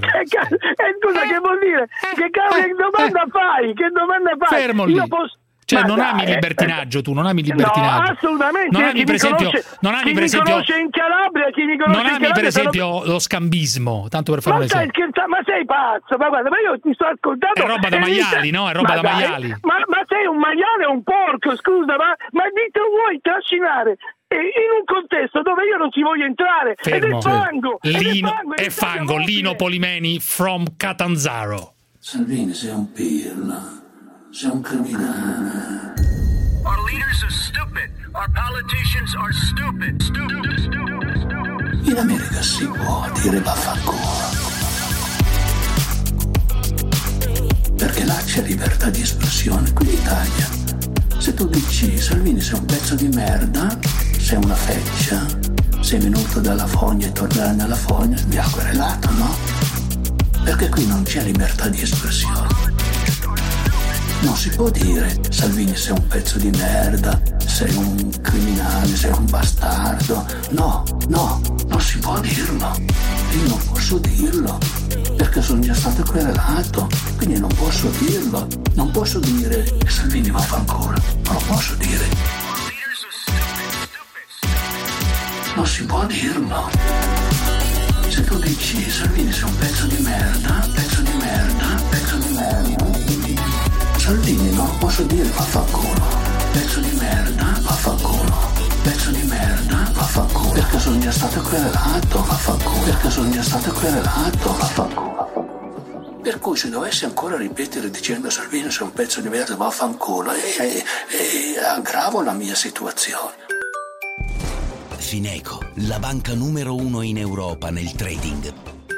Scusa, che vuol dire? Che domanda fai? Che domanda fai? Fermo lì. Cioè, non ami libertinaggio, tu non ami libertinaggio. No, assolutamente. Non ami, per esempio, chi mi conosce in Calabria, chi mi conosce in Calabria. Non ami, per esempio, lo scambismo, tanto per fare un esempio. Ma sei pazzo, ma guarda, ma io ti sto ascoltando. È roba da maiali, no? È roba da maiali. Ma sei un maiale o un porco, scusa, ma dite vuoi trascinare in un contesto dove io non ci voglio entrare. Fermo. Ed è fango. È fango. Lino Polimeni from Catanzaro. Salvini, sei un pirla. Sei un criminale. Our leaders are stupid. Our politicians are stupid. Stupid. In America si può dire vaffanculo. Perché là c'è libertà di espressione, qui in Italia. Se tu dici Salvini sei un pezzo di merda, sei una feccia, sei venuto dalla fogna e tornerai nella fogna, mi ha querelato, no? Perché qui non c'è libertà di espressione. Non si può dire Salvini sei un pezzo di merda, sei un criminale, sei un bastardo. No, non si può dirlo. Io non posso dirlo, perché sono già stato querelato, quindi non posso dirlo. Non posso dire Salvini vaffanculo, non lo posso dire. Non si può dirlo. Se tu dici Salvini sei un pezzo di merda, pezzo di merda, pezzo di merda, Salvini non lo posso dire vaffanculo, pezzo di merda, vaffanculo, pezzo di merda, vaffanculo, perché sono già stato querelato, vaffanculo, perché sono già stato querelato, vaffanculo. Per cui se dovessi ancora ripetere dicendo Salvini sei un pezzo di merda, vaffanculo, aggravo la mia situazione. Fineco, la banca numero 1 in Europa nel trading,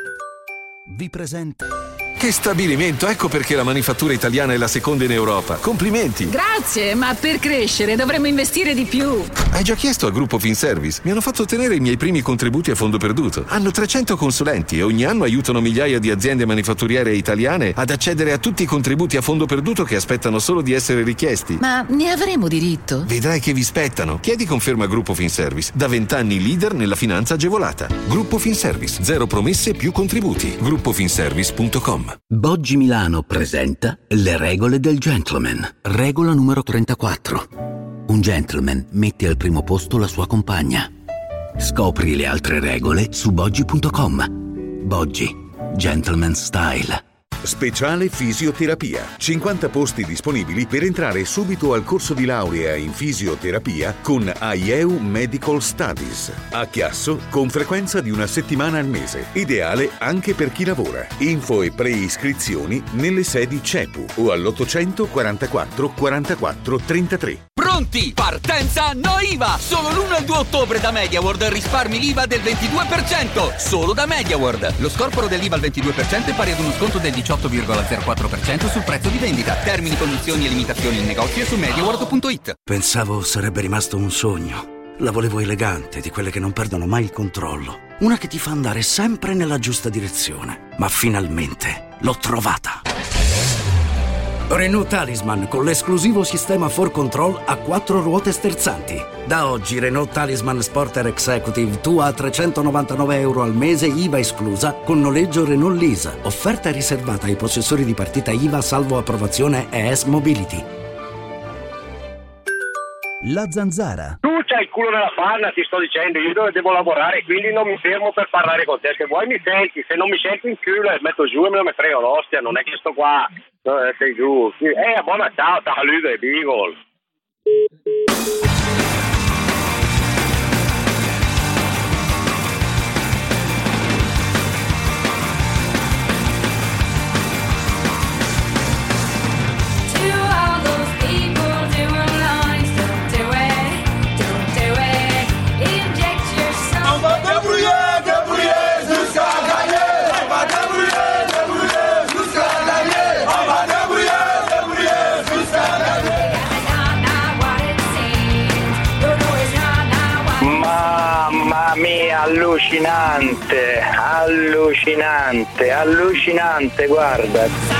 vi presenta. Che stabilimento, ecco perché la manifattura italiana è la seconda in Europa. Complimenti! Grazie, ma per crescere dovremmo investire di più. Hai già chiesto al gruppo Finservice? Mi hanno fatto ottenere i miei primi contributi a fondo perduto. Hanno 300 consulenti e ogni anno aiutano migliaia di aziende manifatturiere italiane ad accedere a tutti i contributi a fondo perduto che aspettano solo di essere richiesti. Ma ne avremo diritto? Vedrai che vi spettano. Chiedi conferma Gruppo Finservice. Da 20 anni leader nella finanza agevolata. Gruppo Finservice. 0 promesse più contributi. Gruppofinservice.com. Boggi Milano presenta Le regole del gentleman. Regola numero 34. Un gentleman mette al primo posto la sua compagna. Scopri le altre regole su Boggi.com. Boggi. Gentleman Style. Speciale fisioterapia. 50 posti disponibili per entrare subito al corso di laurea in fisioterapia con AIEU Medical Studies. A Chiasso, con frequenza di una settimana al mese. Ideale anche per chi lavora. Info e preiscrizioni nelle sedi CEPU o all'800 44 44 33. Pronti? Partenza no IVA! Solo l'1 e il 2 ottobre da MediaWorld risparmi l'IVA del 22%! Solo da MediaWorld! Lo scorporo dell'IVA al 22% è pari ad uno sconto del 18,04% sul prezzo di vendita. Termini, condizioni e limitazioni in negozio su MediaWorld.it. Pensavo sarebbe rimasto un sogno. La volevo elegante, di quelle che non perdono mai il controllo. Una che ti fa andare sempre nella giusta direzione. Ma finalmente l'ho trovata. Renault Talisman con l'esclusivo sistema 4Control a 4 ruote sterzanti. Da oggi Renault Talisman Sporter Executive tua a €399 al mese, IVA esclusa, con noleggio Renault Lease. Offerta riservata ai possessori di partita IVA salvo approvazione ES Mobility. La Zanzara. Tu c'hai il culo nella panna, ti sto dicendo, io devo lavorare, quindi non mi fermo per parlare con te. Se vuoi mi senti, se non mi senti in culo metto giù e me lo frego l'ostia, non è che sto qua, sei giù. Buona ciao, saluto e Beagle. Allucinante, guarda.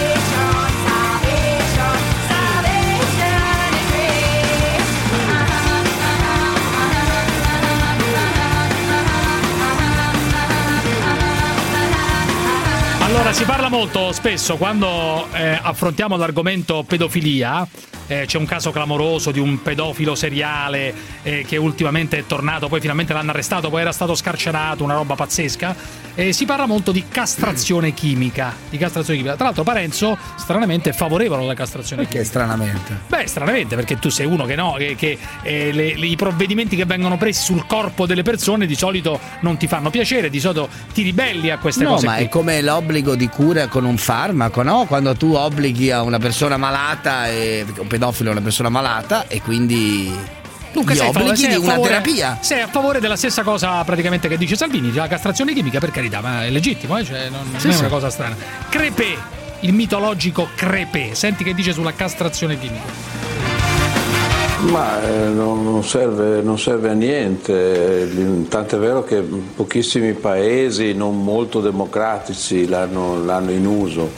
Allora, si parla molto spesso quando affrontiamo l'argomento pedofilia. C'è un caso clamoroso di un pedofilo seriale che ultimamente è tornato, poi finalmente l'hanno arrestato, poi era stato scarcerato, una roba pazzesca. Si parla molto di castrazione chimica. Tra l'altro Parenzo stranamente è favorevole alla castrazione chimica. Perché stranamente? Beh, stranamente perché tu sei uno che no, che i provvedimenti che vengono presi sul corpo delle persone di solito non ti fanno piacere, di solito ti ribelli a queste cose. No, ma qui. È come l'obbligo di cura con un farmaco, no? Quando tu obblighi a una persona malata, un pedofilo è una persona malata e quindi Dunque gli obblighi di una terapia. Sei a favore della stessa cosa praticamente che dice Salvini, la castrazione chimica, per carità, ma è legittimo, cioè non è una cosa strana. Crepè, il mitologico Crepè, senti che dice sulla castrazione chimica. Ma non serve a niente, tant'è vero che pochissimi paesi non molto democratici l'hanno in uso.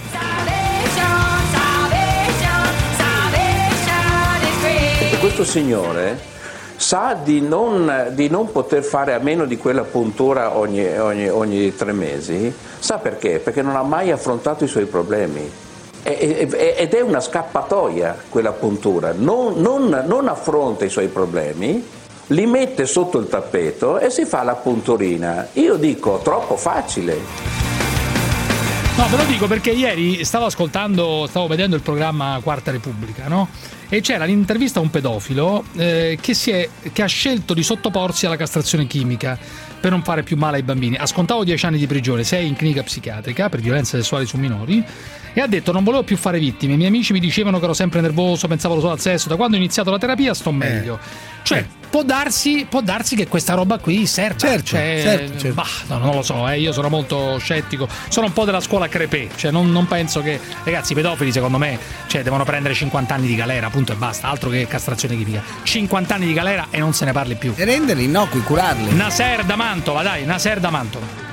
E questo signore sa di non poter fare a meno di quella puntura ogni 3 mesi. Sa perché? Perché non ha mai affrontato i suoi problemi. Ed è una scappatoia quella puntura, non affronta i suoi problemi, li mette sotto il tappeto e si fa la punturina. Io dico, troppo facile. No, ve lo dico perché ieri stavo vedendo il programma Quarta Repubblica, no? E c'era l'intervista a un pedofilo che ha scelto di sottoporsi alla castrazione chimica per non fare più male ai bambini. Ha scontato 10 anni di prigione, 6 in clinica psichiatrica per violenze sessuali su minori, e ha detto: non volevo più fare vittime, i miei amici mi dicevano che ero sempre nervoso, pensavo solo al sesso, da quando ho iniziato la terapia sto meglio. Cioè può darsi che questa roba qui serva. Certo. Bah, no, non lo so, io sono molto scettico, sono un po' della scuola Crepè, cioè non penso che, ragazzi, i pedofili secondo me devono prendere 50 anni di galera, punto e basta, altro che castrazione chimica. 50 anni di galera e non se ne parli più. E renderli innocui, curarli. Naser da Mantova, dai, Naser da Mantova.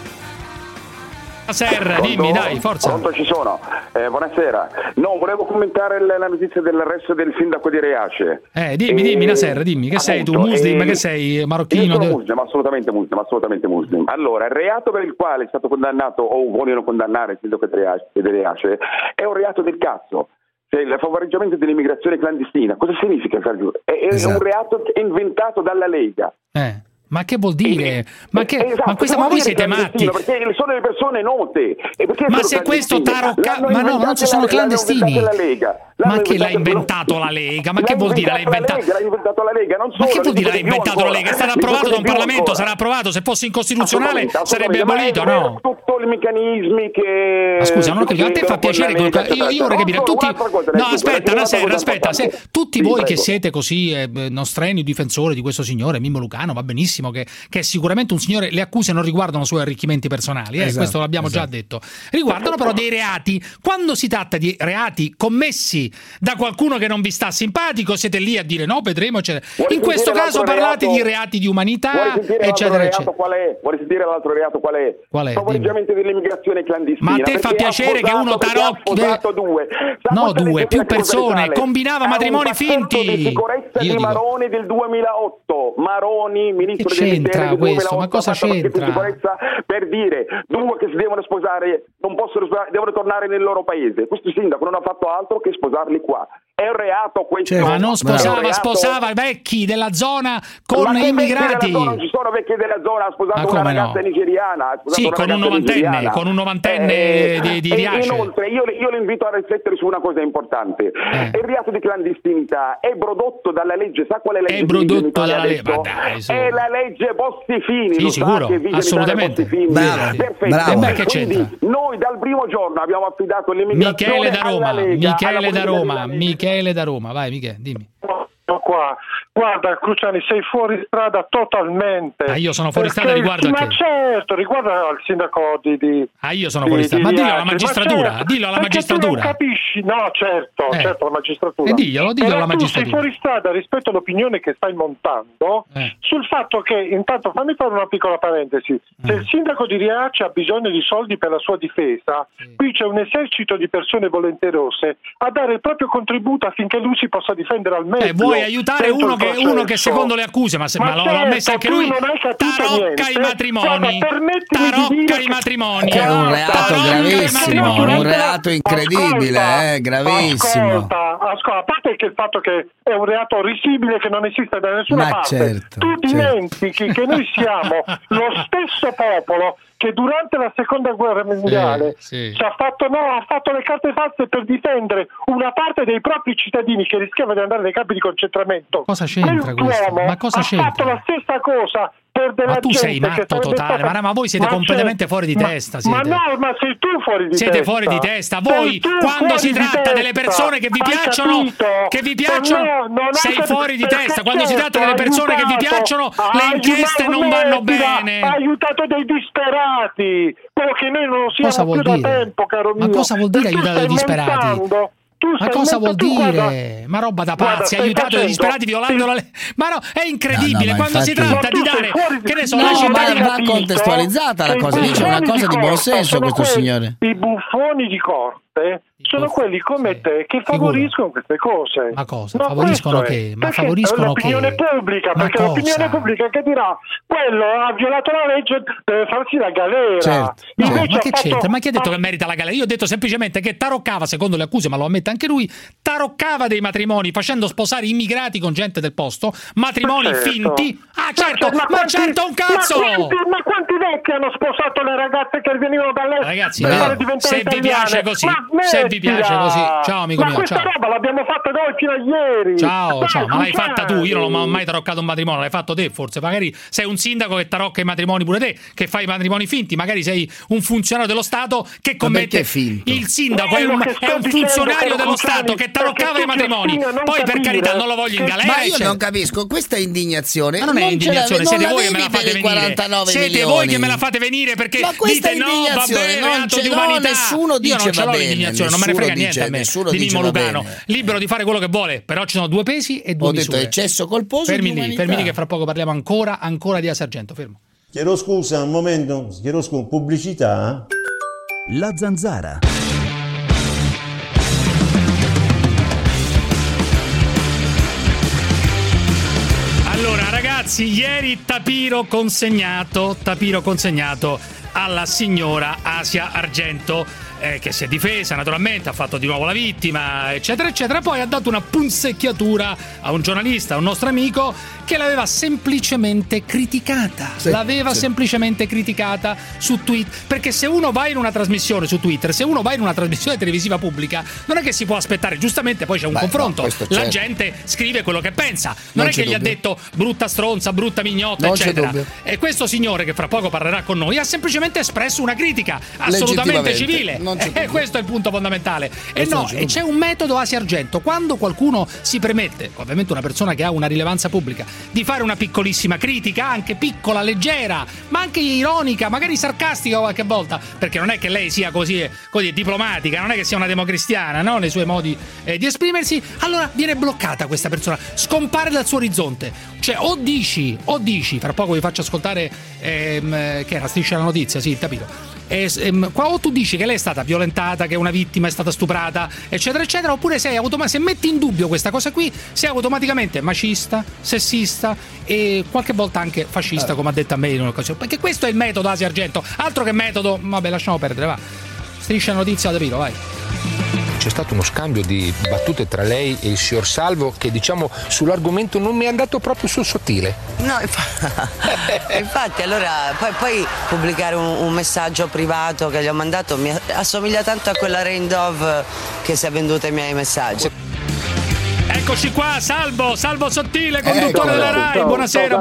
Naser, dimmi, dai, forza. Pronto, ci sono. Buonasera. No, volevo commentare la notizia dell'arresto del sindaco di Riace. Dimmi, Naser, dimmi, che sei tu, muslim, che sei marocchino? Io sono muslim, assolutamente muslim. Allora, il reato per il quale è stato condannato o vogliono condannare il sindaco di Riace è un reato del cazzo. Il favoreggiamento dell'immigrazione clandestina. Cosa significa? È un reato inventato dalla Lega. Ma che vuol dire? Ma voi siete matti? Perché sono le persone note. Ma se questo ma no, non sono clandestini. Ma che l'ha inventato la Lega? Ma che vuol dire l'ha inventato? L'ha inventato la Lega, non solo. Ma che vuol dire l'ha inventato la Lega? È stato approvato da un Parlamento, sarà approvato, se fosse incostituzionale sarebbe abolito, no? Tutti i meccanismi che... Ma scusa, non ho capito, a te fa piacere io vorrei capire, tutti... No, aspetta, se tutti voi che siete così nostrini difensori di questo signore Mimmo Lucano, va benissimo, che è sicuramente un signore, le accuse non riguardano suoi arricchimenti personali, questo l'abbiamo già detto, riguardano però dei reati. Quando si tratta di reati commessi da qualcuno che non vi sta simpatico, siete lì a dire no, vedremo, eccetera. In questo caso parlate di reati di umanità, eccetera, eccetera. Vuoi sentire l'altro reato qual è? Favoreggiamento dell'immigrazione clandestina. Ma a te fa piacere che uno tarocchi più persone, combinava matrimoni finti? Di sicurezza di Maroni del 2008. Maroni, ministro c'entra questo? Ma cosa c'entra? Per dire, due che si devono sposare, non possono sposare, devono tornare nel loro paese. Questo sindaco non ha fatto altro che sposarli qua. È un reato questo. Ma non sposava vecchi della zona con immigrati. Non ci sono vecchi della zona, ha sposato una ragazza nigeriana. Con un novantenne di Riace. Inoltre io lo invito a riflettere su una cosa importante. Il reato di clandestinità è prodotto dalla legge, sa qual è la legge? È prodotto dalla legge, è la legge Bossi-Fini. Sì, sicuro, assolutamente. Perfetto. Che c'entra? Quindi noi dal primo giorno abbiamo affidato l'immigrazione alla Lega. Michele da Roma, vai Michele, dimmi. Qua. Guarda Cruciani, sei fuori strada totalmente. Io sono fuori strada riguardo a che? Certo, riguardo al sindaco di io sono fuori strada. Ma dillo alla magistratura, certo, dillo alla magistratura. Tu non capisci? No, certo, la magistratura. E dillo alla magistratura. Tu sei fuori strada rispetto all'opinione che stai montando sul fatto che, intanto fammi fare una piccola parentesi, se il sindaco di Riace ha bisogno di soldi per la sua difesa, qui c'è un esercito di persone volenterose a dare il proprio contributo affinché lui si possa difendere al meglio. Vuoi aiutare uno che secondo le accuse, ma l'ha messo anche lui, tarocca i matrimoni. Che è un reato gravissimo, un reato incredibile, gravissimo. Ascolta, a parte che il fatto che è un reato risibile che non esiste da nessuna parte, certo, tu dimentichi che noi siamo lo stesso popolo che durante la seconda guerra mondiale ha fatto le carte false per difendere una parte dei propri cittadini che rischiava di andare nei campi di concentramento. Cosa c'entra questo? Ma cosa c'entra? Ha fatto la stessa cosa per della Ma tu sei matto totale, ma voi siete completamente fuori di testa. Ma no, ma sei tu fuori di siete testa. Fuori di testa. Voi, quando si tratta delle persone che vi piacciono, sei fuori di testa. Quando si tratta delle persone che vi piacciono, le inchieste non vanno bene. Ha aiutato dei disperati, quello che noi non siamo più da tempo, caro mio. Ma cosa vuol dire aiutato dei disperati? Ma cosa vuol dire? Ma roba da pazzi, aiutato dei disperati violando la legge. Ma no, è incredibile quando si tratta di dare, che ne so, la città va contestualizzata la cosa, dice una cosa di buon senso questo signore. I buffoni di corte sono quelli come te che favoriscono queste cose. Ma cosa? Favoriscono che? Ma favoriscono l'opinione pubblica, perché l'opinione pubblica che dirà quello ha violato la legge, deve farsi la galera. Certo. Ma che c'entra? Ma chi ha detto che merita la galera? Io ho detto semplicemente che taroccava, secondo le accuse, ma lo ammette anche lui, taroccava dei matrimoni facendo sposare immigrati con gente del posto, matrimoni finti. Ah certo, ma certo un cazzo! Ma quanti vecchi hanno sposato le ragazze che venivano dall'estero? Ragazzi, se vi piace così, se vi piace così, ciao amico mio, questa roba l'abbiamo fatta noi fino a ieri. Ciao, ma l'hai fatta tu, io non ho mai taroccato un matrimonio, l'hai fatto te forse, magari sei un sindaco che tarocca i matrimoni pure te, che fai i matrimoni finti, magari sei un funzionario dello Stato che commette il sindaco, è un funzionario dello Stato che taroccava i matrimoni, poi per carità non lo voglio in galera. Ma io non capisco, questa indignazione non è indignazione, siete voi che me la fate venire, siete voi che me la fate venire perché dite no, vabbè, reato di umanità. Nessuno dice io non ce l'ho l'indignazione, non me ne frega niente a me di Mimmo Lucano, libero di fare quello che vuole, però ci sono due pesi e due misure. Ho detto eccesso colposo. Fermi lì che fra poco parliamo ancora di Sargento, fermo. Chiedo scusa un momento, pubblicità. La Zanzara. Allora ragazzi, ieri tapiro consegnato alla signora Asia Argento, che si è difesa naturalmente, ha fatto di nuovo la vittima, eccetera eccetera, poi ha dato una punzecchiatura a un giornalista, a un nostro amico, che l'aveva semplicemente criticata, semplicemente criticata su Twitter, perché se uno va in una trasmissione su Twitter, se uno va in una trasmissione televisiva pubblica, non è che si può aspettare, giustamente poi c'è un confronto, la gente scrive quello che pensa, non è che gli ha detto brutta stronza, brutta mignotta, eccetera, e questo signore che fra poco parlerà con noi ha semplicemente espresso una critica assolutamente civile. E questo è il punto fondamentale. E c'è un metodo Asia Argento. Quando qualcuno si permette, ovviamente una persona che ha una rilevanza pubblica, di fare una piccolissima critica, anche piccola, leggera, ma anche ironica, magari sarcastica qualche volta, perché non è che lei sia così diplomatica, non è che sia una democristiana, no? Nei suoi modi di esprimersi, allora viene bloccata questa persona, scompare dal suo orizzonte. Cioè o dici, fra poco vi faccio ascoltare che era Striscia la notizia, sì, capito. Qua o tu dici che lei è stata violentata, che è una vittima, è stata stuprata, eccetera eccetera, oppure se metti in dubbio questa cosa qui, sei automaticamente macista, sessista e qualche volta anche fascista, come ha detto a me in un'occasione, perché questo è il metodo Asia Argento, altro che metodo, vabbè, lasciamo perdere, va. Striscia la notizia da Piro, vai. C'è stato uno scambio di battute tra lei e il signor Salvo che, diciamo, sull'argomento non mi è andato proprio sul sottile. No, infatti allora poi pubblicare un messaggio privato che gli ho mandato mi assomiglia tanto a quella Rain Dove che si è venduta i miei messaggi. Eccoci qua, Salvo Sottile, conduttore della Rai. Buonasera.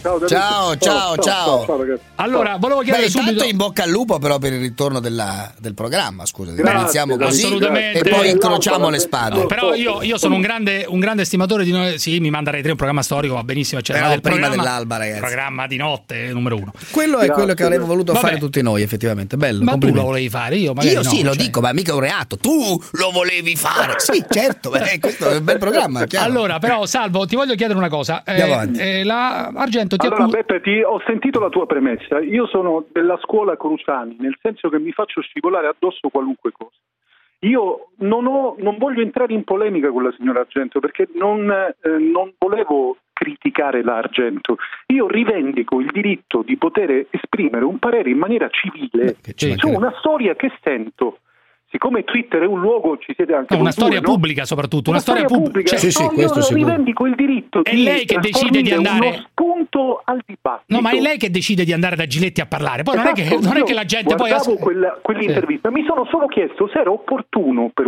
Ciao. Allora, volevo chiedere subito. Intanto in bocca al lupo però per il ritorno del programma, scusa, iniziamo così assolutamente. E poi incrociamo le spade. Però io sono un grande stimatore di noi. Sì, mi manda Rai 3 un programma storico, va benissimo, eccetera. Però prima dell'alba, ragazzi. Programma di notte numero 1. Quello è quello che avremmo voluto fare tutti noi, effettivamente. Bello. Ma tu lo volevi fare, io magari sì, lo dico, ma mica un reato. Tu lo volevi fare. Sì, certo, questo è un bel programma. Chiaro. Allora, però, Salvo, ti voglio chiedere una cosa. Argento ti allora, Beppe, ho sentito la tua premessa. Io sono della scuola Cruciani, nel senso che mi faccio scivolare addosso qualunque cosa. Io non voglio entrare in polemica con la signora Argento, perché non volevo criticare l'Argento. Io rivendico il diritto di poter esprimere un parere in maniera civile su una storia che sento. Siccome Twitter è un luogo, ci siete anche una storia pubblica, soprattutto una storia pubblica. Sì, questo io rivendico il diritto di lei che decide di andare uno spunto al dibattito. No, ma è lei che decide di andare da Giletti a parlare. Poi non è che la gente poi quell'intervista, mi sono solo chiesto se era opportuno per una vittima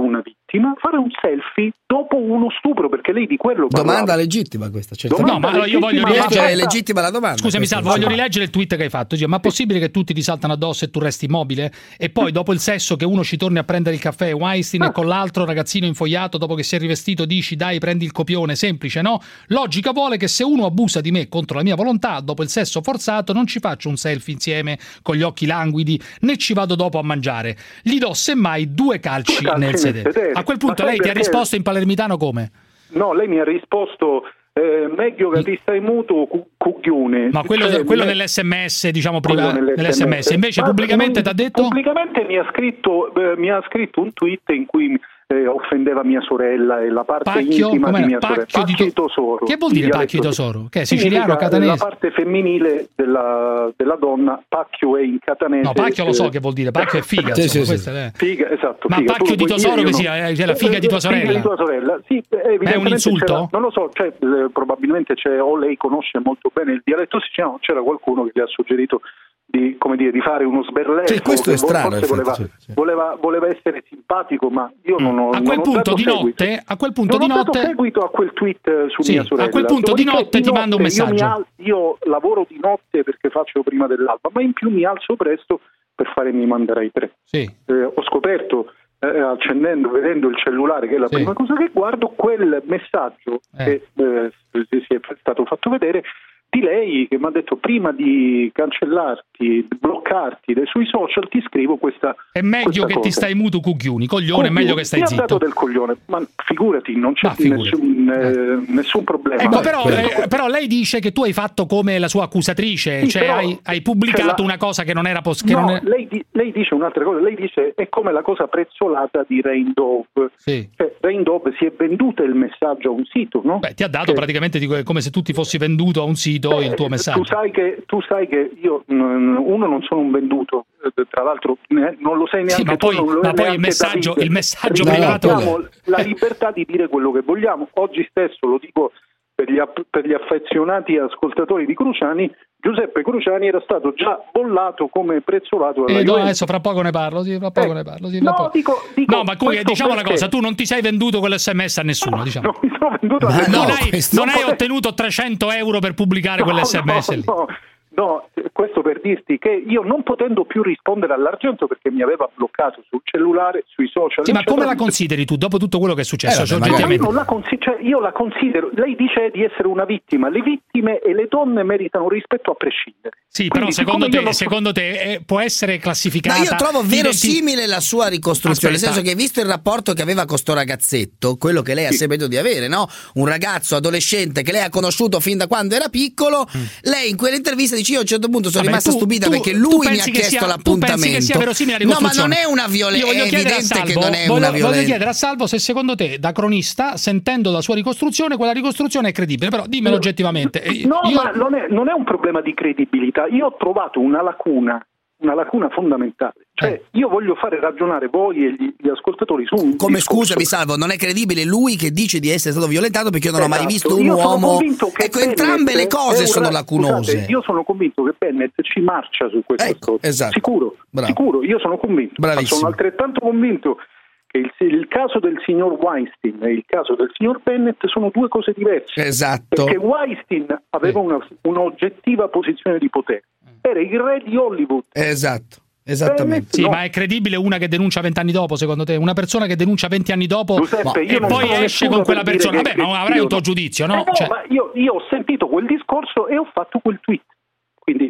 legittima fare un selfie dopo uno stupro, perché lei di quello parlava. Domanda legittima questa, certo. No, ma io voglio rileggere. È legittima la domanda. Scusami, Salvo, voglio rileggere il tweet che hai fatto. Ma è possibile che tutti ti saltano addosso e tu resti immobile? E poi dopo il sesso che uno ci torni a prendere il caffè Weinstein e con l'altro ragazzino infogliato dopo che si è rivestito dici dai prendi il copione, semplice, no? Logica vuole che se uno abusa di me contro la mia volontà dopo il sesso forzato non ci faccio un selfie insieme con gli occhi languidi né ci vado dopo a mangiare. Gli do semmai 2 calci nel sedere. A quel punto lei ti ha risposto in palermitano come? No, lei mi ha risposto meglio che ti stai muto cucchione. Ma quello nell'SMS, diciamo prima nell'SMS. Invece pubblicamente ti ha detto? Pubblicamente mi ha scritto un tweet in cui offendeva mia sorella e la parte intima di mia sorella. Pacchio di tesoro. Che vuol dire pacchio di tesoro? Che è siciliano o catanese? La parte femminile della donna, pacchio è in catanese. No, pacchio lo so che vuol dire, pacchio è figa. Sì. Figa, esatto. Ma figa. pacchio di tesoro che sia la figa di tua sorella? Figa di tua sorella, sì. È un insulto? Non lo so, probabilmente o lei conosce molto bene il dialetto siciliano, c'era qualcuno che gli ha suggerito di fare uno sberleffo. Sì, questo è strano. Voleva essere simpatico, ma io non ho. A quel punto di notte, non ho dato seguito a quel tweet su mia sorella. A quel punto di notte ti mando un messaggio. Io lavoro di notte perché faccio prima dell'alba, ma in più mi alzo presto per fare mi manderai 3. Sì. Ho scoperto vedendo il cellulare, che è la prima cosa che guardo, quel messaggio che si è stato fatto vedere di lei che mi ha detto prima di cancellarti, bloccarti dai suoi social ti scrivo questa è meglio che ti stai muto coglione, è meglio che stai zitto. Mi ha dato del coglione, ma figurati, non c'è nessun problema. Ecco, però lei dice che tu hai fatto come la sua accusatrice, sì, cioè hai pubblicato una cosa che non era lei dice un'altra cosa, lei dice è come la cosa prezzolata di Rain Dove. Sì. Cioè, Rain Dove si è venduto il messaggio a un sito, no? Beh, ti ha dato praticamente come se tu ti fossi venduto a un sito il tuo messaggio. Tu sai che io non sono un venduto, tra l'altro non lo sai neanche ma poi il messaggio privato abbiamo la libertà di dire quello che vogliamo. Oggi stesso lo dico per gli affezionati ascoltatori di Cruciani, Giuseppe Cruciani era stato già bollato come prezzolato alla Juventus. Adesso fra poco ne parlo. Dico, no, ma diciamo una cosa, tu non ti sei venduto quell'SMS a nessuno, diciamo. Non mi sono venduto a nessuno. Non hai ottenuto 300 euro per pubblicare quell'SMS lì. No, questo per dirti che io non potendo più rispondere all'Argento perché mi aveva bloccato sul cellulare, sui social. Sì, ma come la consideri tu dopo tutto quello che è successo? Io la considero. Lei dice di essere una vittima. Le vittime e le donne meritano rispetto a prescindere. Sì, quindi, però secondo te può essere classificata. Ma io trovo verosimile la sua ricostruzione, nel senso che visto il rapporto che aveva con sto ragazzetto, quello che lei ha saputo di avere, no? Un ragazzo adolescente che lei ha conosciuto fin da quando era piccolo, lei in quell'intervista dice io a un certo punto sono rimasta stupita perché lui mi ha chiesto l'appuntamento. Tu pensi che sia verosimile la No, ricostruzione? ma non è una violenza, è evidente che non è una violenza. Voglio chiedere a Salvo se secondo te, da cronista, sentendo la sua ricostruzione, quella ricostruzione è credibile, però dimmelo oggettivamente. Ma non è un problema di credibilità. Io ho trovato una lacuna fondamentale. Cioè, io voglio fare ragionare voi e gli ascoltatori su un come discorso. Scusami Salvo, non è credibile lui che dice di essere stato violentato perché io non ho mai visto un uomo. Ecco, entrambe le cose sono lacunose. Scusate, io sono convinto che Bennett ci marcia su questo. Esatto. Sicuro, io sono convinto. Bravissimo. Ma sono altrettanto convinto che il caso del signor Weinstein e il caso del signor Bennett sono due cose diverse. Esatto. Perché Weinstein aveva un'oggettiva posizione di potere. Era il re di Hollywood. Esatto. Esattamente. Sì, ma è credibile una che denuncia 20 anni dopo, secondo te? Una persona che denuncia 20 anni dopo Giuseppe, e poi esce con quella persona? Vabbè, ma avrai un tuo giudizio, no? Ma io ho sentito quel discorso e ho fatto quel tweet. Quindi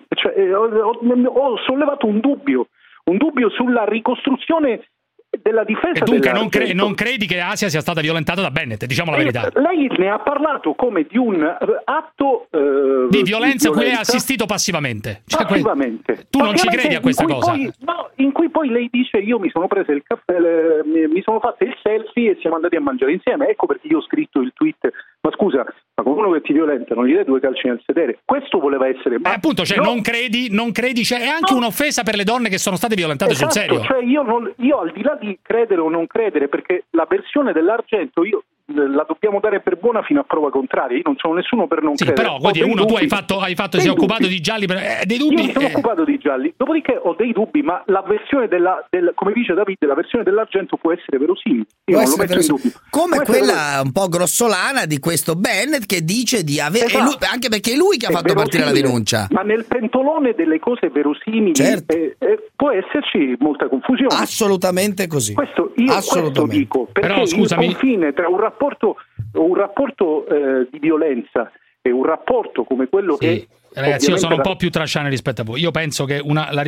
ho sollevato un dubbio sulla ricostruzione della difesa. E dunque non credi che Asia sia stata violentata da Bennett, diciamo la verità. Lei ne ha parlato come di un atto di violenza cui lei ha assistito passivamente. Tu non ci credi a questa cosa? In cui poi lei dice io mi sono preso il caffè, mi sono fatto il selfie e siamo andati a mangiare insieme. Ecco perché io ho scritto il tweet. Ma scusa, ma con uno che ti violenta non gli dai 2 calci nel sedere? Questo voleva essere. Ma appunto, cioè non credi, cioè è anche un'offesa per le donne che sono state violentate sul serio. Cioè io al di là di credere o non credere, perché la versione dell'Argento la dobbiamo dare per buona fino a prova contraria. Io non sono nessuno per non credere. Però tu hai fatto sei occupato di gialli, dei dubbi. Io mi sono occupato di gialli, dopodiché ho dei dubbi, ma la versione come dice Davide, la versione dell'argento può essere verosimile. Io non lo metto in dubbio. Come quella un po' grossolana di questo Bennett che dice di avere, anche perché è lui che ha fatto partire la denuncia. Ma nel pentolone delle cose verosimili può esserci molta confusione. Assolutamente così. Questo dico, perché però, scusami, il confine tra un rapporto di violenza e un rapporto come quello che... Ragazzi, io sono un po' più trasciane rispetto a voi. Io penso che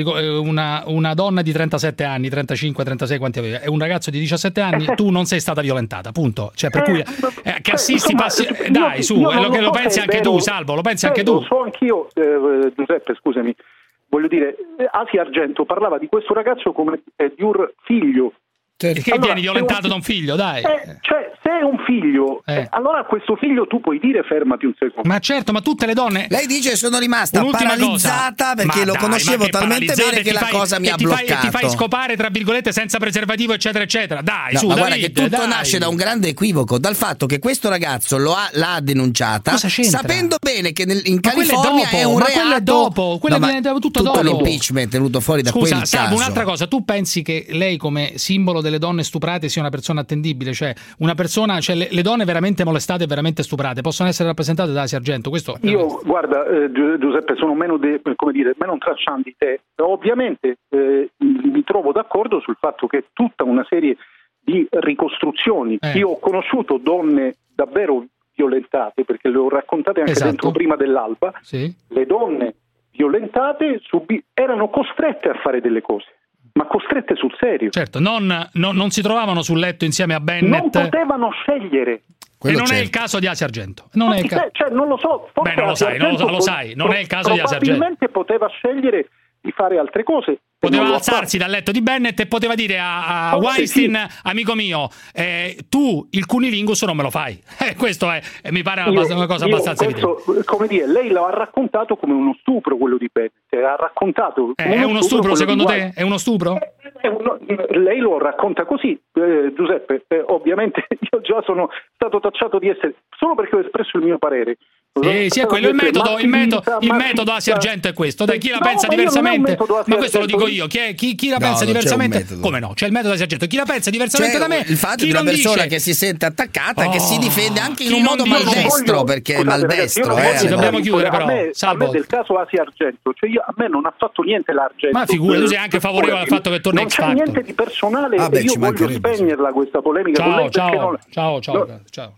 una donna di 37 anni, 35, 36, quanti aveva, e un ragazzo di 17 anni, tu non sei stata violentata, punto. Cioè, per cui che assisti, passi... Dai, su, lo pensi anche tu, Salvo, lo pensi anche tu. Lo so anch'io, Giuseppe, scusami. Voglio dire, Asia Argento parlava di questo ragazzo come di un figlio. Che vieni violentato da un figlio, dai. Cioè, se è un figlio, allora a questo figlio tu puoi dire fermati un secondo. Ma certo, ma tutte le donne... Lei dice sono rimasta paralizzata perché lo conoscevo talmente bene che la cosa mi ha bloccato. Ti fai scopare, tra virgolette, senza preservativo, eccetera, eccetera. Dai, no, su, ma David, guarda che tutto nasce da un grande equivoco, dal fatto che questo ragazzo l'ha denunciata sapendo bene che in California è un reato. Quello è tutto dopo. L'impeachment è venuto fuori da quel caso. Salvo, un'altra cosa, tu pensi che lei come simbolo delle donne stuprate sia una persona attendibile, cioè una persona, cioè le donne veramente molestate e veramente stuprate possono essere rappresentate da Asia Argento? Questo io guarda, Giuseppe, sono meno tracciante di te. Ovviamente mi trovo d'accordo sul fatto che tutta una serie di ricostruzioni, io ho conosciuto donne davvero violentate, perché le ho raccontate anche dentro Prima dell'Alba. Le donne violentate erano costrette a fare delle cose, ma costrette sul serio. Certo, non si trovavano sul letto insieme a Bennett. Non potevano scegliere. E non è il caso di Asia Argento. Non lo so. Beh, non lo sai. Non è il caso di Asia Argento. Probabilmente poteva scegliere di fare altre cose. Poteva alzarsi dal letto di Bennett e poteva dire a Weinstein, amico mio, tu il cunilingus non me lo fai. Questo mi pare una cosa abbastanza evidente. Come dire, lei lo ha raccontato come uno stupro, quello di Bennett. Ha raccontato è uno stupro secondo te? È uno stupro? Lei lo racconta così, Giuseppe. Ovviamente io già sono stato tacciato di essere, solo perché ho espresso il mio parere. Sì, è quello il metodo Asia Argento è questo. Dai, chi la pensa diversamente? Ma questo lo dico io. Chi la pensa diversamente? Come no? C'è il metodo Asia Argento. Chi la pensa diversamente da me? Il fatto di una persona che si sente attaccata, che si difende anche in un modo maldestro, perché è maldestro. Dobbiamo chiudere però. A me del caso Asia Argento, cioè a me non ha fatto niente l'Argento. Ma figura, tu sei anche favorevole al fatto che torni X Factor. Non c'è niente di personale e io voglio spegnerla questa polemica con lei. Ciao.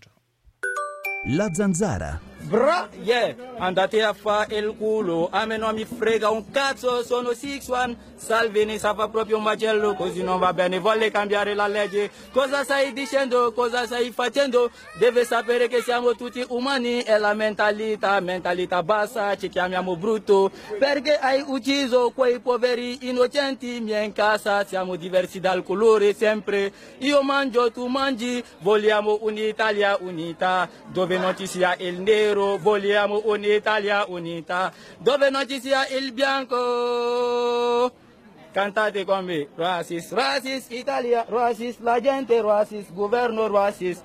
La Zanzara. Bra, andate a fare il culo, a me non mi frega un cazzo, sono 6'1", Salvini sa fa proprio un macello, così non va bene, vuole cambiare la legge. Cosa stai dicendo, cosa stai facendo? Deve sapere che siamo tutti umani e la mentalità bassa, ci chiamiamo brutto, perché hai ucciso quei poveri innocenti, miei in casa, siamo diversi dal colore sempre, io mangio, tu mangi, vogliamo un'Italia unita, dove non ci sia il nero. Vogliamo un'Italia unita, dove non ci sia il bianco. Cantate con me. Racist, Italia, racist, la gente, racist, governo, racist.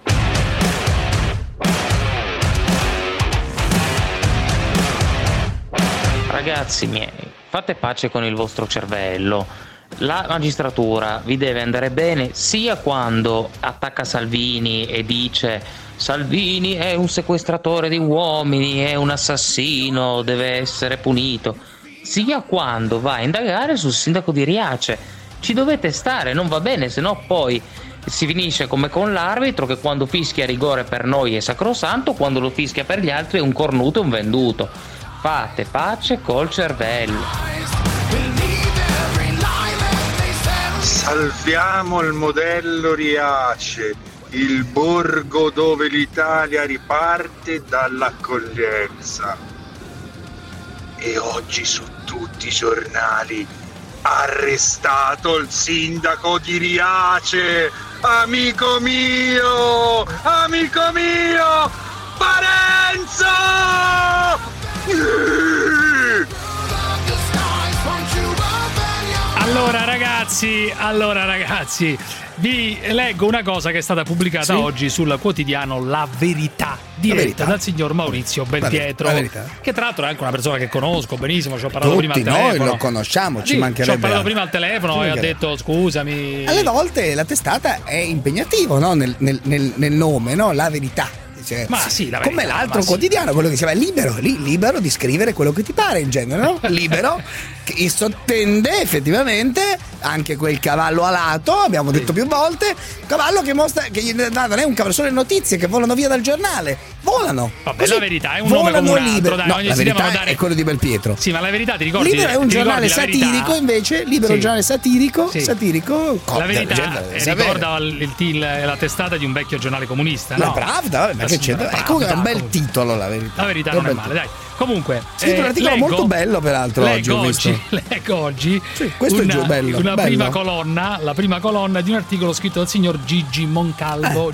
Ragazzi miei, fate pace con il vostro cervello. La magistratura vi deve andare bene sia quando attacca Salvini e dice Salvini è un sequestratore di uomini, è un assassino, deve essere punito, sia quando va a indagare sul sindaco di Riace. Ci dovete stare, non va bene, sennò poi si finisce come con l'arbitro che quando fischia rigore per noi è sacrosanto, quando lo fischia per gli altri è un cornuto e un venduto. Fate pace col cervello. Salviamo il modello Riace, il borgo dove l'Italia riparte dall'accoglienza. E oggi su tutti i giornali, arrestato il sindaco di Riace, amico mio, Parenzo! Allora ragazzi, Vi leggo una cosa che è stata pubblicata oggi sul quotidiano La Verità, diretta dal signor Maurizio Belpietro, che tra l'altro è anche una persona che conosco benissimo, ci ho parlato prima al telefono. Tutti noi lo conosciamo, ci mancherebbe. Ci ho parlato prima al telefono e ha detto scusami. Alle volte la testata è impegnativo, no? nel nome, no? La Verità. Ma sì, la come l'altro quotidiano, quello che si chiama libero di scrivere quello che ti pare in genere, no? Libero, che sottende effettivamente anche quel cavallo alato, abbiamo detto più volte, cavallo che mostra che non è un cavallo, sono le notizie che volano via dal giornale, volano. Vabbè, così, La Verità è un nome come un altro, dai, no, La Verità è quello di Belpietro. Sì, ma La Verità ti ricordi? Libero è un giornale satirico, invece, Libero è un giornale satirico. La Verità ricorda la testata di un vecchio giornale comunista, no? La Pravda, ma che c'entra? È un bel titolo, La Verità. La Verità non è male, dai. Comunque, un articolo molto bello, peraltro. Leggo oggi questo è bello. La prima colonna di un articolo scritto dal signor Gigi Moncalvo.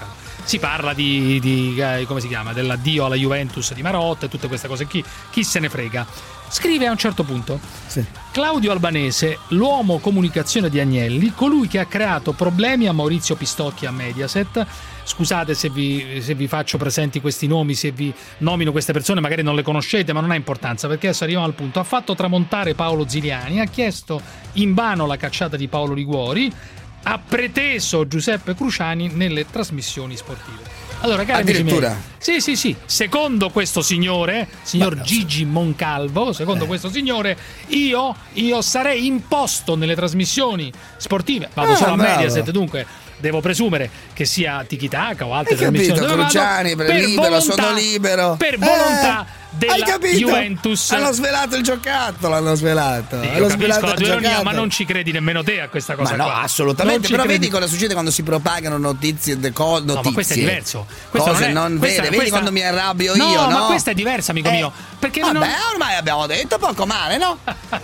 Si parla di come si chiama? Dell'addio alla Juventus di Marotta e tutte queste cose. Chi se ne frega? Scrive a un certo punto: Claudio Albanese, l'uomo comunicazione di Agnelli, colui che ha creato problemi a Maurizio Pistocchi a Mediaset. Scusate se vi faccio presenti questi nomi, se vi nomino queste persone, magari non le conoscete, ma non ha importanza, perché adesso arriviamo al punto. Ha fatto tramontare Paolo Ziliani, ha chiesto invano la cacciata di Paolo Liguori, ha preteso Giuseppe Cruciani nelle trasmissioni sportive. Allora, cari amici miei, sì, secondo questo signor Gigi Moncalvo, questo signore, io sarei imposto nelle trasmissioni sportive. Vado solo a Mediaset, dunque devo presumere che sia Tiki Taka o altre trasmissioni. Cruciani, sono libero. Per volontà della Juventus. Hanno svelato il giocattolo, Capisco la tua ironia, ma non ci credi nemmeno te a questa cosa. Ma no, assolutamente. Però vedi cosa succede quando si propagano notizie. No, ma questo è diverso. Cose non vere. Vedi quando mi arrabbio io, no? Ma questa è diversa, amico mio. Perché ormai abbiamo detto poco male, no?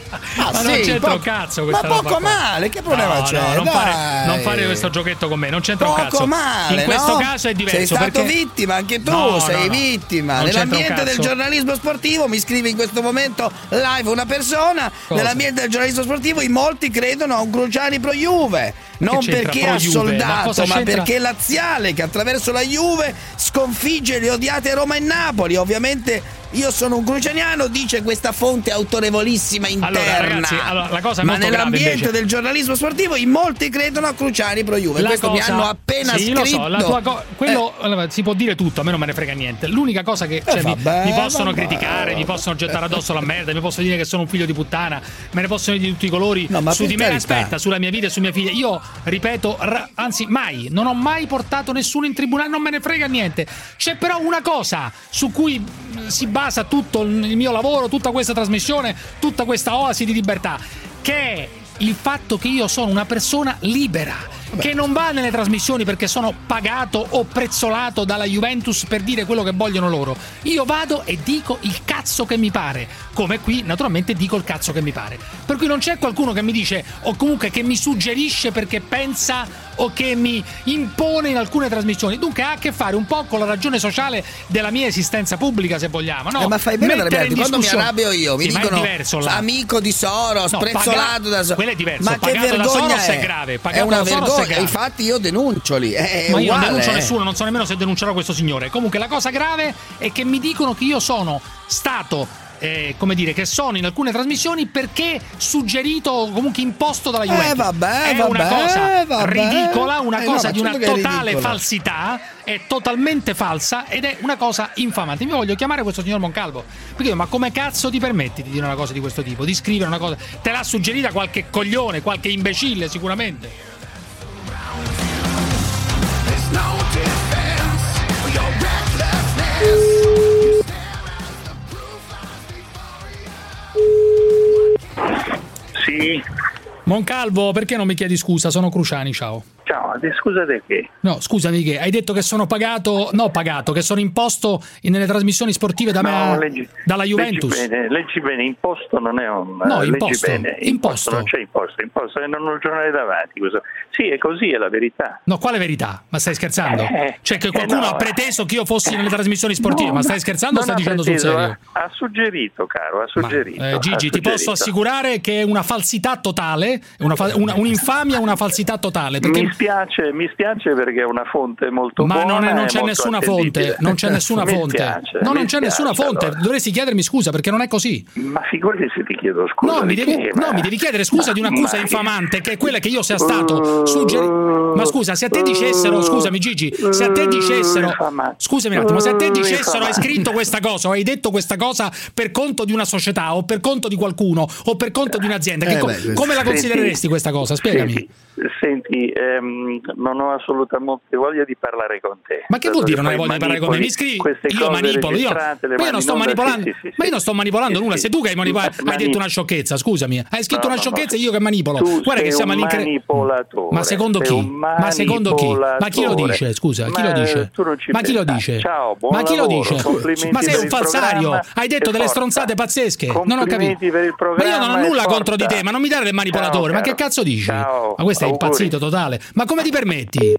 Ma non c'entra un cazzo questa roba. Ma poco male, che problema c'è? Non fare questo giochetto con me, non c'entra un cazzo. Poco male, in questo caso è diverso. Sei stato vittima, anche tu sei vittima. Nell'ambiente del giornalismo sportivo, mi scrive in questo momento live una persona, nell'ambiente del giornalismo sportivo in molti credono a un Cruciani pro Juve, non perché ha soldato, ma perché è laziale, che attraverso la Juve sconfigge le odiate Roma e Napoli. Ovviamente io sono un crucianiano, dice questa fonte autorevolissima interna. Allora, ragazzi, la cosa è ma molto nell'ambiente grave, del giornalismo sportivo in molti credono a Cruciani pro Juve. Questo mi hanno appena scritto. Lo so, quello si può dire tutto, a me non me ne frega niente. L'unica cosa che mi possono criticare, mi possono gettare addosso la merda, mi possono dire che sono un figlio di puttana, me ne possono dire di tutti i colori su di me. Aspetta, sulla mia vita e su mia figlia. Io ripeto, anzi non ho mai portato nessuno in tribunale, non me ne frega niente. C'è però una cosa su cui si basa tutto il mio lavoro, tutta questa trasmissione, tutta questa oasi di libertà, che è il fatto che io sono una persona libera, che non va nelle trasmissioni perché sono pagato o prezzolato dalla Juventus per dire quello che vogliono loro. Io vado e dico il cazzo che mi pare, come qui naturalmente dico il cazzo che mi pare, per cui non c'è qualcuno che mi dice o comunque che mi suggerisce perché pensa o che mi impone in alcune trasmissioni. Dunque ha a che fare un po' con la ragione sociale della mia esistenza pubblica, se vogliamo, no? Ma fai bene ad arrabbiarti. Quando mi arrabbio io mi dicono amico di Soros, prezzolato da Soros. Quello è diverso. Ma che vergogna è grave, è una vergogna. Infatti io denuncio lì. Ma io non denuncio nessuno, non so nemmeno se denuncerò questo signore. Comunque la cosa grave è che mi dicono che io sono stato come dire, che sono in alcune trasmissioni perché suggerito o comunque imposto dalla Juventus. È una cosa ridicola, una cosa di una totale falsità, è totalmente falsa ed è una cosa infamante. Mi voglio chiamare questo signor Moncalvo perché ma come cazzo ti permetti di dire una cosa di questo tipo, di scrivere una cosa? Te l'ha suggerita qualche coglione, qualche imbecille sicuramente. Sì. Moncalvo, perché non mi chiedi scusa? Sono Cruciani, ciao. Ciao, scusate che? No, scusami che hai detto che sono pagato, che sono imposto nelle trasmissioni sportive dalla Juventus. Leggi bene, imposto non è un... No, imposto. Non c'è imposto, è un giornale davanti. Sì, è così, è la verità. No, quale verità? Ma stai scherzando? Cioè che qualcuno ha preteso che io fossi nelle trasmissioni sportive, ma stai scherzando o stai dicendo sul serio? Ha suggerito, caro, Gigi, ti posso assicurare che è una falsità totale, un'infamia, una falsità totale. Perché spiace perché è una fonte molto ma buona. Non c'è nessuna fonte, non c'è nessuna fonte. Non c'è nessuna fonte. Allora. Dovresti chiedermi scusa perché non è così. Ma figurati se ti chiedo scusa. No, mi devi chiedere scusa di un'accusa infamante, che è quella che io sia stato Ma scusa, se a te dicessero, scusami Gigi, se a te dicessero, scusami un attimo, se a te dicessero hai scritto questa cosa o hai detto questa cosa per conto di una società o per conto di qualcuno o per conto di un'azienda, come la considereresti questa cosa? Spiegami. Senti, non ho assolutamente voglia di parlare con te. Ma che vuol dire non hai voglia di parlare con me? Mi scrivi, io manipolo, ma io non sto manipolando, ma io non sto manipolando nulla, sei tu che hai detto una sciocchezza, scusami, hai scritto una sciocchezza e io che manipolo. Guarda che siamo manipolatore. Ma secondo chi? Ma secondo chi? Ma chi lo dice? Scusa, chi lo dice? Ma chi lo dice? Ciao, buon ma chi lo lavoro, dice? Ma sei un falsario, hai detto delle stronzate pazzesche. Non ho capito. Ma io non ho nulla contro di te, ma non mi dare del manipolatore. Ma che cazzo dici? Ma questo è impazzito totale. Ma come ti permetti?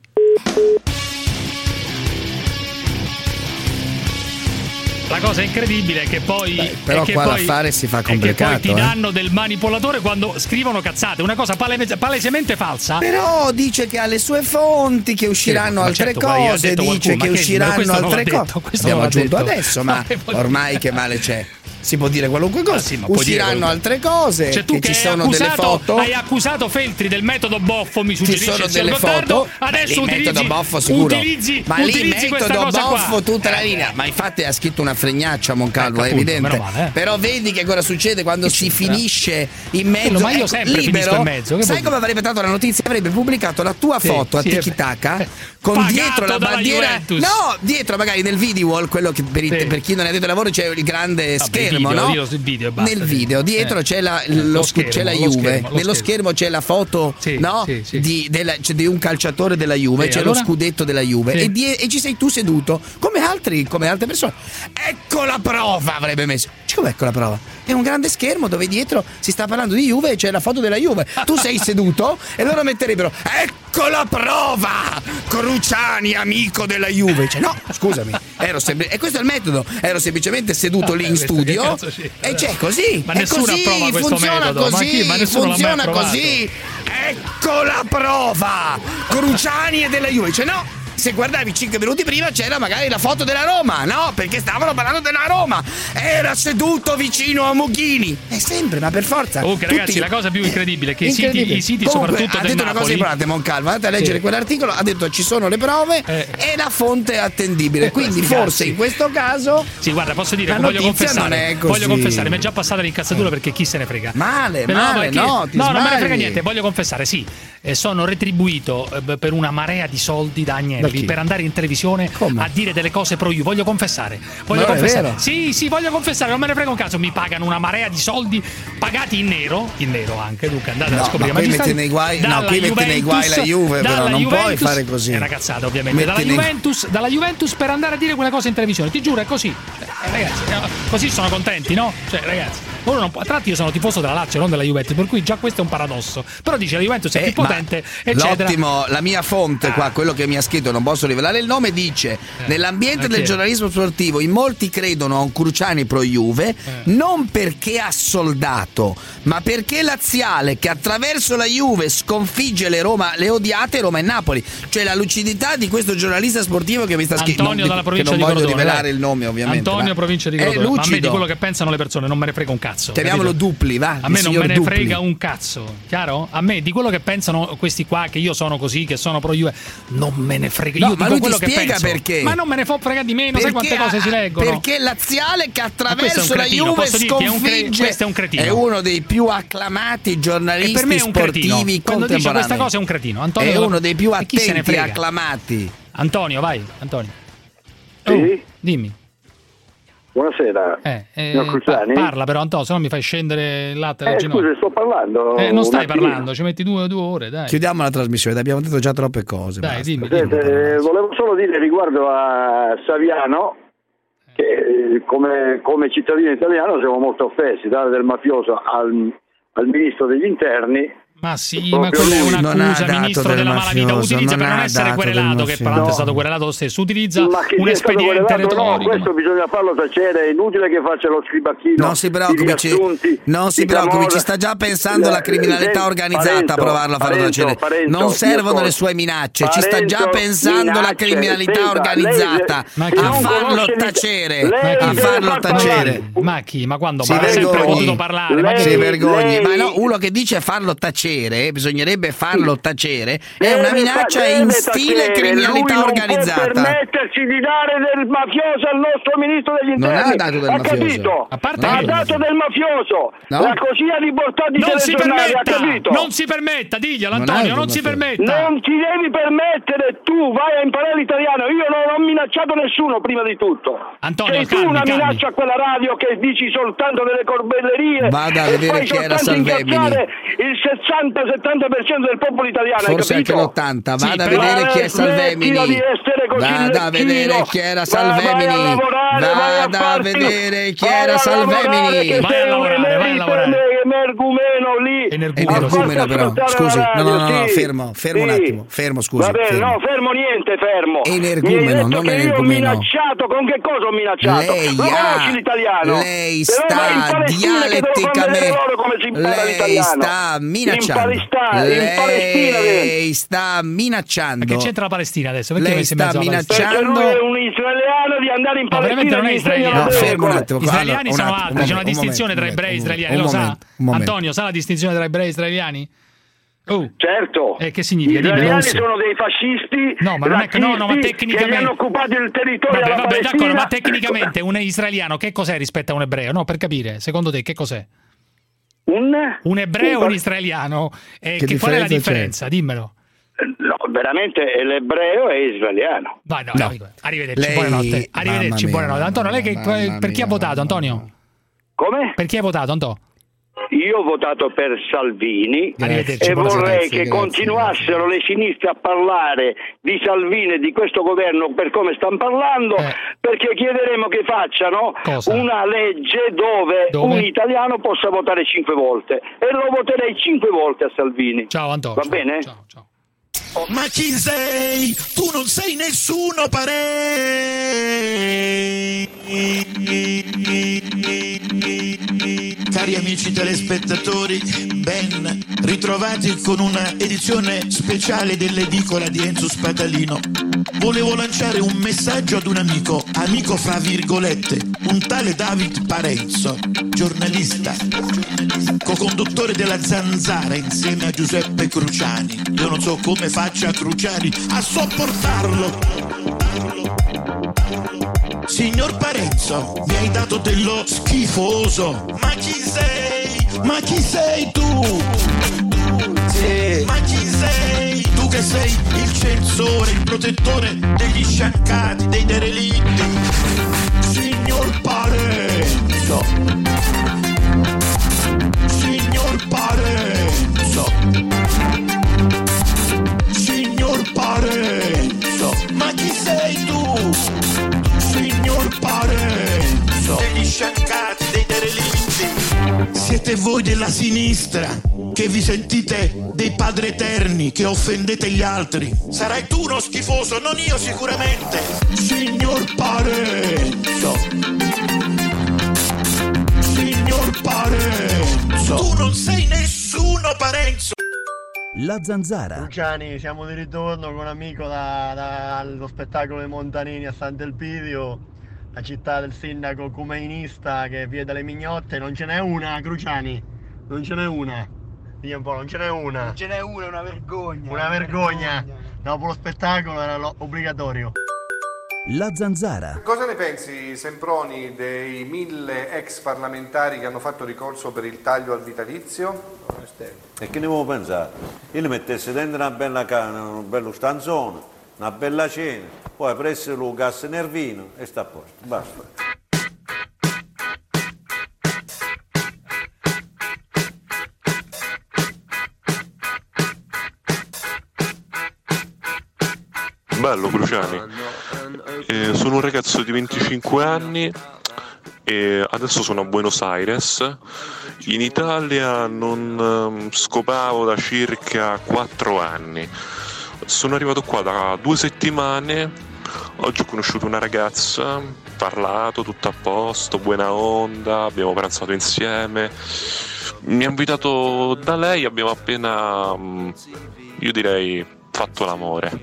La cosa incredibile è che poi però qua l'affare si fa complicato, è che poi ti danno del manipolatore quando scrivono cazzate, una cosa palesemente falsa. Però dice che ha le sue fonti, che usciranno altre cose, dice che usciranno altre cose. Abbiamo aggiunto adesso, ma ormai che male c'è? Si può dire qualunque cosa, usciranno altre cose, cioè, tu che ci sono delle foto. Hai accusato Feltri del metodo Boffo, mi suggerisce ci sono delle foto. Adesso metodo Boffo sicuro. Ma lì metodo Boffo tutta la linea. Ma infatti ha scritto una fregnaccia Moncalvo, è evidente. Però vedi che cosa succede quando si finisce in mezzo. Ma io sempre finisco in mezzo. Sai come avrebbe dato la notizia? Avrebbe pubblicato la tua foto a Tiki Taka con dietro la bandiera. No, dietro magari nel video wall, quello che per chi non è detto lavoro c'è il grande schermo. Nel video dietro c'è la Juve, nello schermo c'è la foto di un calciatore della Juve, c'è lo scudetto della Juve e ci sei tu seduto come altre persone. Ecco la prova, avrebbe messo. Come ecco la prova? È un grande schermo dove dietro si sta parlando di Juve e c'è la foto della Juve. Tu sei seduto e loro metterebbero ecco la prova! Cruciani, amico della Juve. Cioè, no, scusami, e questo è il metodo. Ero semplicemente seduto lì in studio e c'è così. Ma nessuno approva questo metodo. Funziona così. Ecco la prova! Cruciani e della Juve. Cioè, no. Se guardavi 5 minuti prima c'era magari la foto della Roma, no? Perché stavano parlando della Roma. Era seduto vicino a Mughini. È sempre, ma per forza. Comunque, ragazzi, la cosa più incredibile è che i siti comunque, soprattutto ha detto una cosa importante, Moncalvo. Andate a leggere quell'articolo. Ha detto ci sono le prove e la fonte è attendibile. Quindi forse in questo caso. Sì, guarda, posso dire, voglio confessare, mi è già passata l'incazzatura perché chi se ne frega. Male, no, non me ne frega niente. Voglio confessare, sì. Sono retribuito per una marea di soldi da Agnelli per andare in televisione a dire delle cose pro Juve. Voglio confessare. Sì, voglio confessare, non me ne frega un caso. Mi pagano una marea di soldi pagati in nero anche. Dunque andate a scoprire. Ma qui mette nei guai la Juve, però non puoi fare così. È una cazzata, ovviamente. Dalla Juventus per andare a dire quelle cose in televisione. Ti giuro, è così. Ragazzi, così sono contenti, no? Cioè, ragazzi. Tra l'altro io sono tifoso della Lazio, non della Juventus, per cui già questo è un paradosso. Però dice la Juventus è più potente, eccetera. La mia fonte qua, quello che mi ha scritto, non posso rivelare il nome, dice nell'ambiente del giornalismo sportivo in molti credono a un Cruciani pro Juve non perché ha soldato, ma perché laziale che attraverso la Juve sconfigge le odiate Roma e Napoli. Cioè la lucidità di questo giornalista sportivo che mi sta scrivendo, Antonio dalla provincia che non di voglio Crotone, rivelare il nome ovviamente. Antonio provincia di Crotone. Ma a me di quello che pensano le persone non me ne frega un cazzo. Chiamiamolo Dupli, va. A me non me ne frega un cazzo, chiaro? A me di quello che pensano questi qua, che io sono così, che sono pro Juve, non me ne frega. Io dico quello che penso. Perché? Ma non me ne frega di meno, sai quante cose si leggono? Perché laziale che attraverso la Juve sconfigge. Questo è un cretino. È uno dei più acclamati giornalisti per me è un sportivi contemporanei. Quando dice questa cosa è un cretino. Antonio, è uno dei più attenti e acclamati. Antonio, vai, Antonio. Sì? Dimmi. Buonasera. Parla però Antonio, se no mi fai scendere là. Scusa, sto parlando. Non stai parlando, ci metti due ore, dai. Chiudiamo la trasmissione, abbiamo detto già troppe cose. Dai, dimmi. Volevo solo dire riguardo a Saviano che come cittadino italiano siamo molto offesi, dare del mafioso al ministro degli interni Ma sì, ma quella è un'accusa, ministro della malavita. Utilizza per non essere querelato, che peraltro è stato querelato lo stesso, utilizza un espediente retorico. No, questo bisogna farlo tacere, è inutile che faccia lo scribacchino. Non si preoccupi, ci sta già pensando la criminalità organizzata a provarlo a farlo tacere. Non servono le sue minacce, ci sta già pensando la criminalità organizzata a farlo tacere. Ma chi? Ma quando? Si Ma ha sempre potuto parlare? Si vergogni. Ma no, uno che dice farlo tacere, bisognerebbe farlo tacere, è una minaccia in stile criminalità organizzata. Non può permetterci di dare del mafioso al nostro ministro degli interni. Non ha dato del mafioso. Ha dato del mafioso. La così a libertà di telegiornale, ha capito? Non si permetta, diglielo Antonio, non si permetta. Non ti devi permettere, tu vai a imparare l'italiano. Io non ho minacciato nessuno prima di tutto. Antonio, sei tu una minaccia a quella radio che dici soltanto delle corbellerie. Vada a vedere chi era Salvemini. Il 60-70% del popolo italiano, forse anche l'80%. Vada a vedere chi è Salvemini. Vada a vedere chi era Salvemini. Vada a vedere chi era Salvemini. Vai a lavorare. Energumeno lì. Energumeno però. Scusi, no, fermo un attimo. Fermo, scusi. Va bene, no, fermo niente, fermo. Energumeno, non energumeno. Io ho minacciato, con che cosa ho minacciato? Lo conosci l'italiano? Lei sta dialetticamente. Lei sta minacciando. Lei sta minacciando. Ma che c'entra la Palestina adesso? Perché lei sta minacciando? Perché lui è un israeliano di andare in Palestina. Non è israeliano. Fermo un attimo. Gli israeliani sono altri. C'è una distinzione tra ebrei e israeliani. Lo sa? Antonio, sa la distinzione tra ebrei e israeliani? Certo. Che significa? Gli israeliani sono dei fascisti, ma tecnicamente che hanno occupato il territorio della Palestina. D'accordo, ma tecnicamente un israeliano che cos'è rispetto a un ebreo? No, per capire, secondo te che cos'è? Un ebreo o un israeliano? Qual è la differenza? Dimmelo. No, veramente l'ebreo è israeliano. Vai, no. Arrivederci, buonanotte. Arrivederci, buonanotte. Antonio, lei per chi ha votato, Antonio? Come? Per chi ha votato, Antonio? Io ho votato per Salvini e vorrei che continuassero le sinistre a parlare di Salvini e di questo governo per come stanno parlando, perché chiederemo che facciano una legge dove un italiano possa votare 5 volte, e lo voterei 5 volte a Salvini. Ciao Antonio. Va bene? Ciao. Ma chi sei? Tu non sei nessuno, Cari amici telespettatori, ben ritrovati con una edizione speciale dell'edicola di Enzo Spatalino. Volevo lanciare un messaggio ad un amico fra virgolette, un tale David Parenzo, giornalista, co-conduttore della Zanzara insieme a Giuseppe Cruciani. Io non so come faccia Cruciani a sopportarlo. Signor Parenzo, mi hai dato dello schifoso. Ma chi sei? Ma chi sei tu? Sì. Ma chi sei? Tu che sei il censore, il protettore degli sciancati, dei derelitti. Signor Parenzo. Signor Parenzo. Signor Parenzo. Ma chi sei tu? Signor Parenzo, degli sciancati, dei derelitti. Siete voi della sinistra che vi sentite dei padri eterni, che offendete gli altri. Sarai tu uno schifoso, non io sicuramente. Signor Parenzo. Signor Parenzo. Tu non sei nessuno, Parenzo. La Zanzara. Luciani, siamo di ritorno con un amico dallo spettacolo dei Montanini a Sant'Elpidio, la città del sindaco cumainista che vive dalle mignotte. Non ce n'è una, Cruciani, non ce n'è una. Dì un po', non ce n'è una. Non ce n'è una, è una vergogna. Una vergogna. Dopo lo spettacolo era obbligatorio. La Zanzara. Cosa ne pensi, Semproni, dei 1000 ex parlamentari che hanno fatto ricorso per il taglio al vitalizio? E che ne devo pensare? Io li mettessi dentro una bella casa, un bello stanzone, una bella cena, poi presso lo gas nervino e sta a posto, basta. Bello Cruciani, sono un ragazzo di 25 anni, e adesso sono a Buenos Aires. In Italia non scopavo da circa 4 anni. Sono arrivato qua da 2 settimane. Oggi ho conosciuto una ragazza, parlato, tutto a posto, buona onda, abbiamo pranzato insieme. Mi ha invitato da lei, abbiamo appena, io direi, fatto l'amore.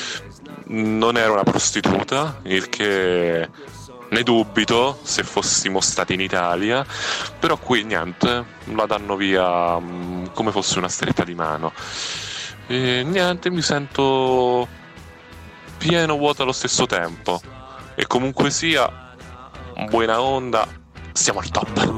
Non era una prostituta, il che ne dubito se fossimo stati in Italia, però qui niente, la danno via come fosse una stretta di mano. E niente, mi sento pieno vuoto allo stesso tempo. E comunque sia, buona onda, siamo al top.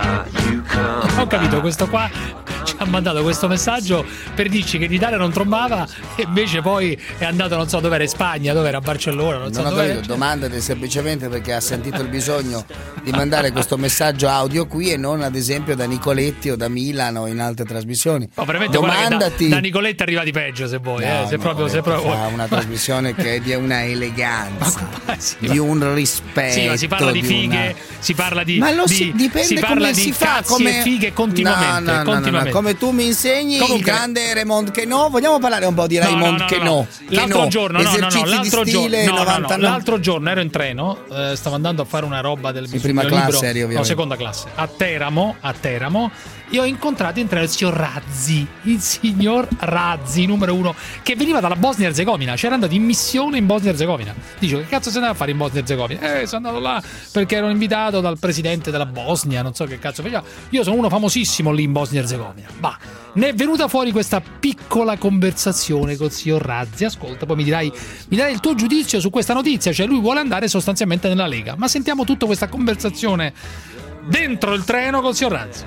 Ho capito, questo qua ci ha mandato questo messaggio per dirci che in Italia non trombava e invece poi è andato, non so dove era, in Spagna, dove era, a Barcellona, non so dove. Domandate semplicemente perché ha sentito il bisogno di mandare questo messaggio audio qui e non ad esempio da Nicoletti o da Milano o in altre trasmissioni. No, veramente domandati da Nicoletti arriva di peggio se vuoi, no, se proprio fa una trasmissione che è di una eleganza, di un rispetto. Sì, ma si parla di fighe, si parla di dipende si parla come di si fa, cazzi e fighe continuamente, no, come tu mi insegni. Comunque, il grande Raymond Queneau. Vogliamo parlare un po' di Raymond Queneau? L'altro giorno, l'altro giorno ero in treno, stavo andando a fare una roba del mio prima classe, libro, no, seconda classe, a Teramo. Io ho incontrato in treno il signor Razzi, numero 1, che veniva dalla Bosnia-Herzegovina, c'era andato in missione in Bosnia-Herzegovina. Dicevo, che cazzo sei andato a fare in Bosnia-Herzegovina? Sono andato là perché ero invitato dal presidente della Bosnia, non so che cazzo faceva. Io sono uno famosissimo lì in Bosnia-Herzegovina. Bah, ne è venuta fuori questa piccola conversazione col signor Razzi. Ascolta, poi mi darai il tuo giudizio su questa notizia, cioè lui vuole andare sostanzialmente nella Lega. Ma sentiamo tutta questa conversazione dentro il treno col signor Razzi.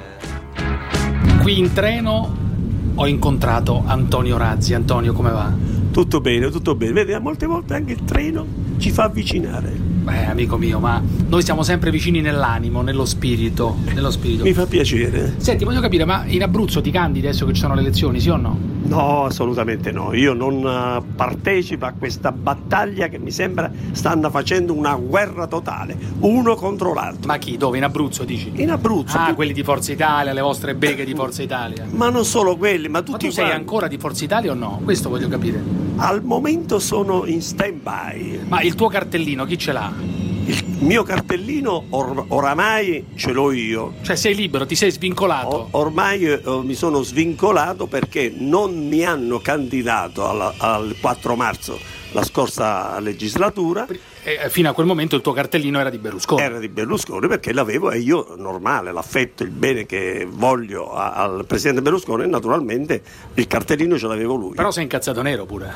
Qui in treno ho incontrato Antonio Razzi. Antonio, come va? Tutto bene. Vedi, a molte volte anche il treno ci fa avvicinare. Amico mio, ma noi siamo sempre vicini nell'animo, nello spirito. Mi fa piacere. Senti, voglio capire, ma in Abruzzo ti candidi adesso che ci sono le elezioni, sì o no? No, assolutamente no. Io non partecipo a questa battaglia che mi sembra stanno facendo una guerra totale, uno contro l'altro. Ma chi? Dove? In Abruzzo, dici? In Abruzzo. Quelli di Forza Italia, le vostre beghe di Forza Italia. Ma non solo quelli, ma tutti quanti. Ma tu sei ancora di Forza Italia o no? Questo voglio capire. Al momento sono in stand-by. Ma il tuo cartellino chi ce l'ha? Il mio cartellino oramai ce l'ho io. Cioè sei libero, ti sei svincolato? Ormai mi sono svincolato perché non mi hanno candidato al 4 marzo la scorsa legislatura. Fino a quel momento il tuo cartellino era di Berlusconi. Era di Berlusconi perché l'avevo e io, normale, l'affetto, il bene che voglio al presidente Berlusconi, e naturalmente il cartellino ce l'avevo lui. Però sei incazzato nero pure.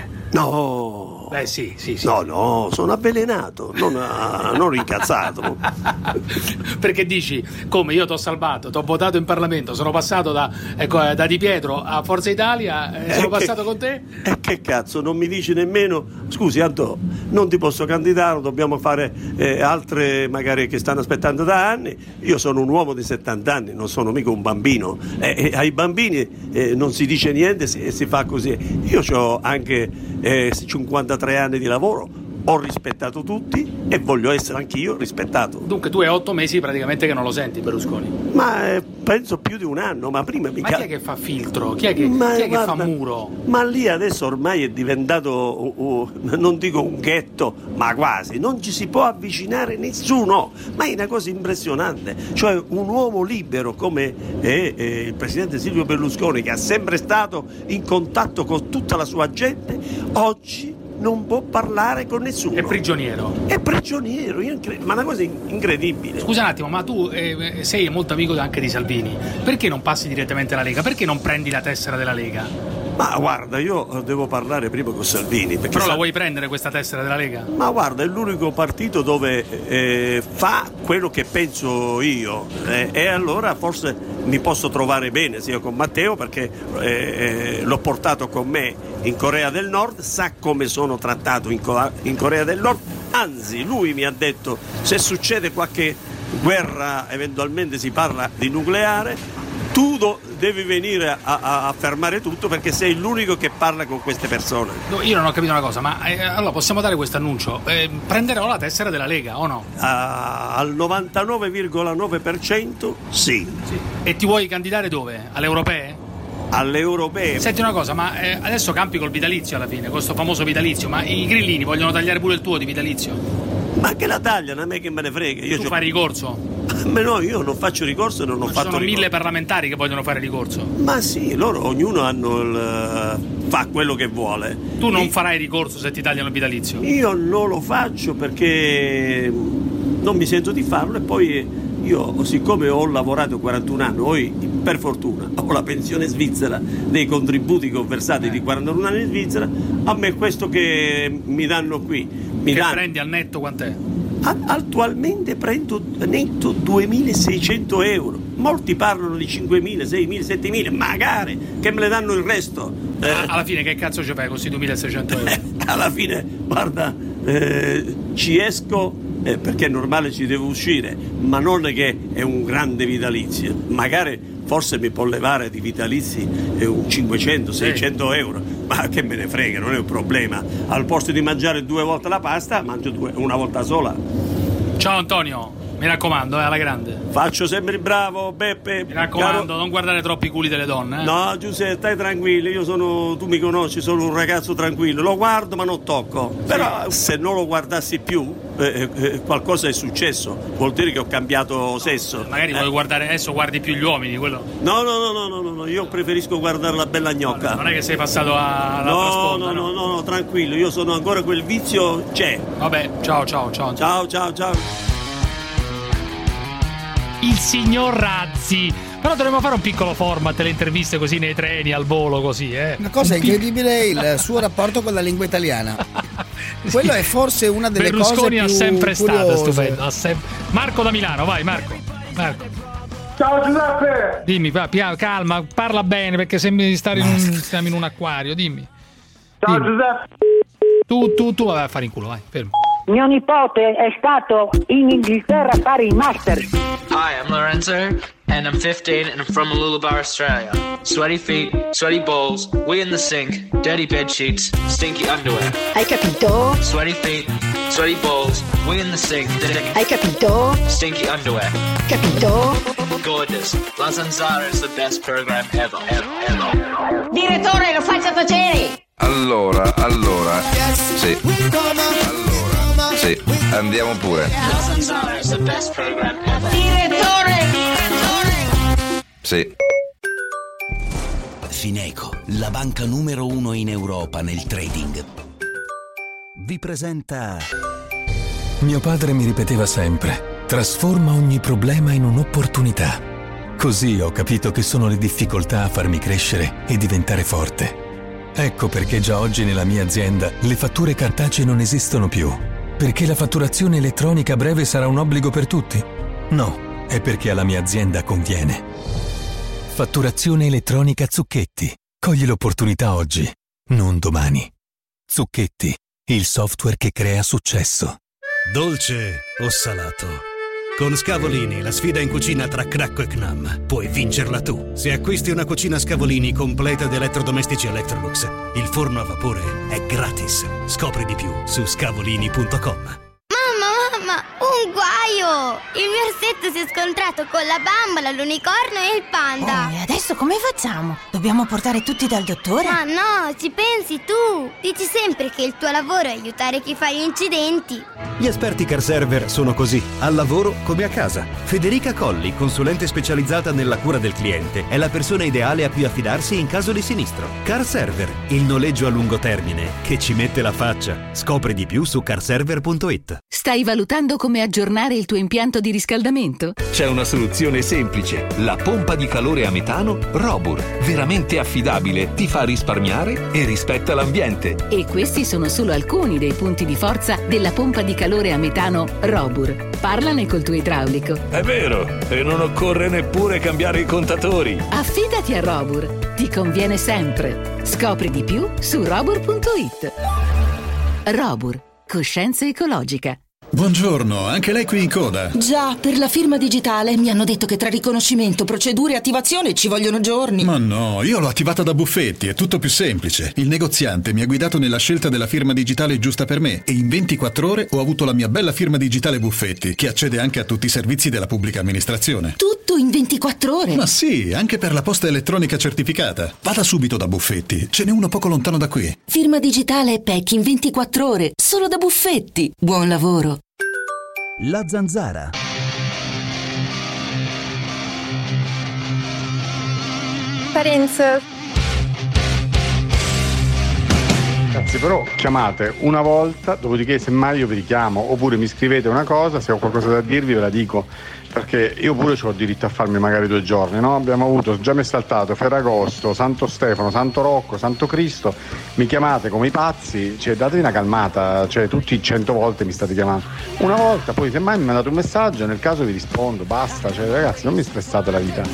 No. Sì. No, sono avvelenato, non incazzato. Perché dici, come io t'ho salvato, t'ho votato in Parlamento, sono passato da Di Pietro a Forza Italia, sono passato con te? E che cazzo, non mi dici nemmeno, scusi Anto, non ti posso candidare, dobbiamo fare altre magari che stanno aspettando da anni. Io sono un uomo di 70 anni, non sono mica un bambino. Ai bambini non si dice niente, si fa così. Io ho anche 53 anni di lavoro, ho rispettato tutti e voglio essere anch'io rispettato. Dunque tu hai 8 mesi praticamente che non lo senti Berlusconi? Ma penso più di un anno, ma prima Ma chi è che fa filtro? Chi è che fa muro? Ma lì adesso ormai è diventato, non dico un ghetto, ma quasi, non ci si può avvicinare nessuno, ma è una cosa impressionante, cioè un uomo libero come il presidente Silvio Berlusconi, che ha sempre stato in contatto con tutta la sua gente, oggi non può parlare con nessuno. È prigioniero. Ma una cosa incredibile. Scusa un attimo, ma tu sei molto amico anche di Salvini. Perché non passi direttamente alla Lega? Perché non prendi la tessera della Lega? Ma guarda, io devo parlare prima con Salvini. Però la vuoi prendere questa tessera della Lega? Ma guarda, è l'unico partito dove fa quello che penso io, e allora forse mi posso trovare bene sia con Matteo, perché l'ho portato con me in Corea del Nord, sa come sono trattato in Corea del Nord, anzi lui mi ha detto se succede qualche guerra, eventualmente si parla di nucleare, Tu devi venire a fermare tutto perché sei l'unico che parla con queste persone. No, io non ho capito una cosa, ma allora possiamo dare questo annuncio? Prenderò la tessera della Lega o no? Al 99,9% sì. E ti vuoi candidare dove? Alle europee? Alle europee. Senti una cosa, ma adesso campi col vitalizio alla fine, con questo famoso vitalizio, ma i grillini vogliono tagliare pure il tuo di vitalizio? Ma che la tagliano, a me che me ne frega. Tu fai ricorso? Ma no, io non faccio ricorso e non ho fatto ricorso. Ci sono 1000 parlamentari che vogliono fare ricorso. Ma sì, loro ognuno fa quello che vuole. Tu non farai ricorso se ti tagliano il vitalizio? Io non lo faccio perché non mi sento di farlo, e poi io, siccome ho lavorato 41 anni, poi per fortuna ho la pensione svizzera dei contributi che ho versati di 41 anni in Svizzera, a me questo che mi danno qui prendi al netto quant'è? Attualmente prendo netto 2.600 euro. Molti parlano di 5.000, 6.000, 7.000, magari che me le danno il resto. Alla fine che cazzo ci fai con questi 2.600 euro? Alla fine, guarda, ci esco perché è normale, ci devo uscire, ma non è che è un grande vitalizio. Magari forse mi può levare di vitalizi un 500-600 euro, ma che me ne frega, non è un problema. Al posto di mangiare 2 volte la pasta, mangio una volta sola. Ciao Antonio, mi raccomando, alla grande. Faccio sempre il bravo, Beppe. Mi raccomando, non guardare troppi culi delle donne. No, Giuseppe, stai tranquillo, tu mi conosci, sono un ragazzo tranquillo, lo guardo ma non tocco. Sì. Però se non lo guardassi più, qualcosa è successo, vuol dire che ho cambiato sesso. Magari vuoi guardare, adesso guardi più gli uomini, quello. No, io preferisco guardare la bella gnocca. Non è che sei passato alla sponda, no, tranquillo, io sono ancora, quel vizio c'è. Vabbè, ciao. Ciao. Il signor Razzi. Però dovremmo fare un piccolo format, le interviste così nei treni, al volo, così, Una cosa incredibile, il suo rapporto con la lingua italiana. Quello è forse una delle Berlusconi cose più sempre curiose. stato stupendo. Marco da Milano, vai Marco. Ciao Giuseppe! Dimmi, calma, parla bene perché sembri di stare siamo in un acquario, dimmi. Ciao Giuseppe! Tu vai a fare in culo, vai, fermo. Mio nipote è stato in Inghilterra a fare il master. Hi, I'm Lorenzo, and I'm 15, and I'm from Mooloolaba, Australia. Sweaty feet, sweaty balls, wee in the sink, dirty bed sheets, stinky underwear. Hai capito? Sweaty feet, sweaty balls, wee in the sink, Hai capito? stinky underwear. Capito? Gorgeous. La Zanzara is the best program ever. Direttore, lo faccia tacere! Allora. Sì. Sì, andiamo pure. La Zanzara is the best program ever. Direttore! Sì. Fineco, la banca numero 1 in Europa nel trading, vi presenta. Mio padre mi ripeteva sempre: trasforma ogni problema in un'opportunità. Così ho capito che sono le difficoltà a farmi crescere e diventare forte. Ecco perché già oggi nella mia azienda le fatture cartacee non esistono più. Perché la fatturazione elettronica a breve sarà un obbligo per tutti? No, è perché alla mia azienda conviene. Fatturazione elettronica Zucchetti. Cogli l'opportunità oggi, non domani. Zucchetti, il software che crea successo. Dolce o salato? Con Scavolini, la sfida in cucina tra Cracco e Knam. Puoi vincerla tu. Se acquisti una cucina Scavolini completa di elettrodomestici Electrolux, il forno a vapore è gratis. Scopri di più su scavolini.com. Mamma, un guaio! Il mio orsetto si è scontrato con la bambola, l'unicorno e il panda. E adesso come facciamo? Dobbiamo portare tutti dal dottore? Ma no, ci pensi tu! Dici sempre che il tuo lavoro è aiutare chi fa gli incidenti. Gli esperti CarServer sono così, al lavoro come a casa. Federica Colli, consulente specializzata nella cura del cliente, è la persona ideale a cui affidarsi in caso di sinistro. CarServer, il noleggio a lungo termine che ci mette la faccia. Scopri di più su carserver.it. Stai valutando come aggiornare il tuo impianto di riscaldamento? C'è una soluzione semplice, la pompa di calore a metano Robur. Veramente affidabile, ti fa risparmiare e rispetta l'ambiente. E questi sono solo alcuni dei punti di forza della pompa di calore a metano Robur. Parlane col tuo idraulico. È vero, e non occorre neppure cambiare i contatori. Affidati a Robur, ti conviene sempre. Scopri di più su robur.it. Robur, coscienza ecologica. Buongiorno, anche lei qui in coda? Già, per la firma digitale mi hanno detto che tra riconoscimento, procedure e attivazione ci vogliono giorni. Ma no, io l'ho attivata da Buffetti, è tutto più semplice. Il negoziante mi ha guidato nella scelta della firma digitale giusta per me e in 24 ore ho avuto la mia bella firma digitale Buffetti, che accede anche a tutti i servizi della pubblica amministrazione. Tutto in 24 ore? Ma sì, anche per la posta elettronica certificata. Vada subito da Buffetti, ce n'è uno poco lontano da qui. Firma digitale e PEC in 24 ore, solo da Buffetti. Buon lavoro. La Zanzara. Parenzo. Ragazzi, però chiamate una volta, dopodiché semmai io vi richiamo, oppure mi scrivete una cosa, se ho qualcosa da dirvi ve la dico, perché io pure ho diritto a farmi magari 2 giorni, no? Abbiamo avuto, già mi è saltato Ferragosto, Santo Stefano, Santo Rocco, Santo Cristo, mi chiamate come i pazzi, cioè datevi una calmata, cioè tutti 100 volte mi state chiamando, una volta, poi semmai mi mandate un messaggio, nel caso vi rispondo, basta, cioè ragazzi non mi stressate la vita.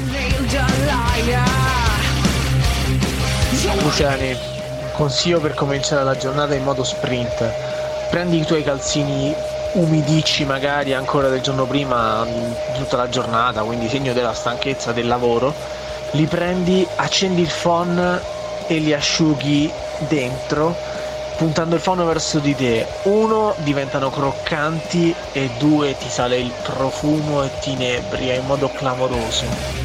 Luciani, consiglio per cominciare la giornata in modo sprint: prendi i tuoi calzini umidicci magari ancora del giorno prima, tutta la giornata, quindi segno della stanchezza del lavoro, li prendi, accendi il phon e li asciughi dentro puntando il phon verso di te. 1, diventano croccanti e 2, ti sale il profumo e ti inebria in modo clamoroso.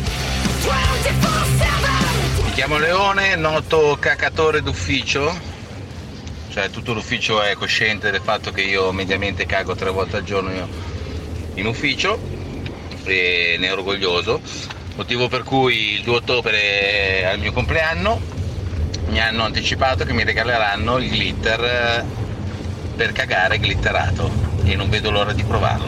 Mi chiamo Leone, noto cacatore d'ufficio. Cioè tutto l'ufficio è cosciente del fatto che io mediamente cago 3 volte al giorno in ufficio e ne ero orgoglioso, motivo per cui il 2 ottobre è il mio compleanno, mi hanno anticipato che mi regaleranno il glitter per cagare glitterato e non vedo l'ora di provarlo.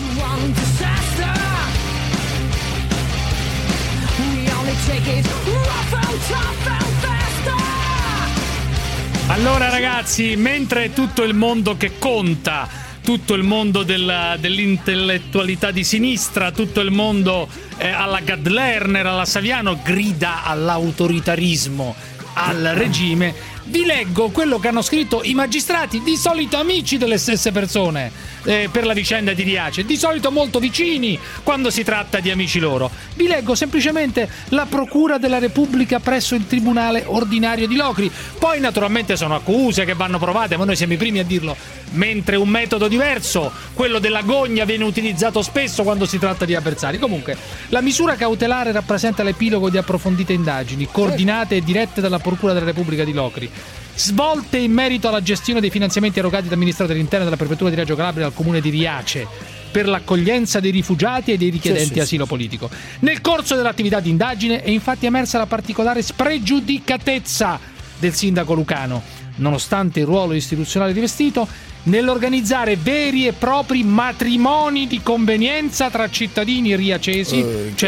Allora ragazzi, mentre tutto il mondo che conta, tutto il mondo dell'intellettualità di sinistra, tutto il mondo alla Gad Lerner, alla Saviano grida all'autoritarismo, al regime, vi leggo quello che hanno scritto i magistrati, di solito amici delle stesse persone, per la vicenda di Riace, di solito molto vicini quando si tratta di amici loro. Vi leggo semplicemente la Procura della Repubblica presso il Tribunale Ordinario di Locri. Poi naturalmente sono accuse che vanno provate, ma noi siamo i primi a dirlo. Mentre un metodo diverso, quello della gogna, viene utilizzato spesso quando si tratta di avversari. Comunque, la misura cautelare rappresenta l'epilogo di approfondite indagini, coordinate e dirette dalla Procura della Repubblica di Locri, svolte in merito alla gestione dei finanziamenti erogati dal Ministero dell'Interno della Prefettura di Reggio Calabria al Comune di Riace per l'accoglienza dei rifugiati e dei richiedenti asilo politico. Nel corso dell'attività di indagine è infatti emersa la particolare spregiudicatezza del sindaco lucano, nonostante il ruolo istituzionale rivestito, nell'organizzare veri e propri matrimoni di convenienza tra cittadini riacesi,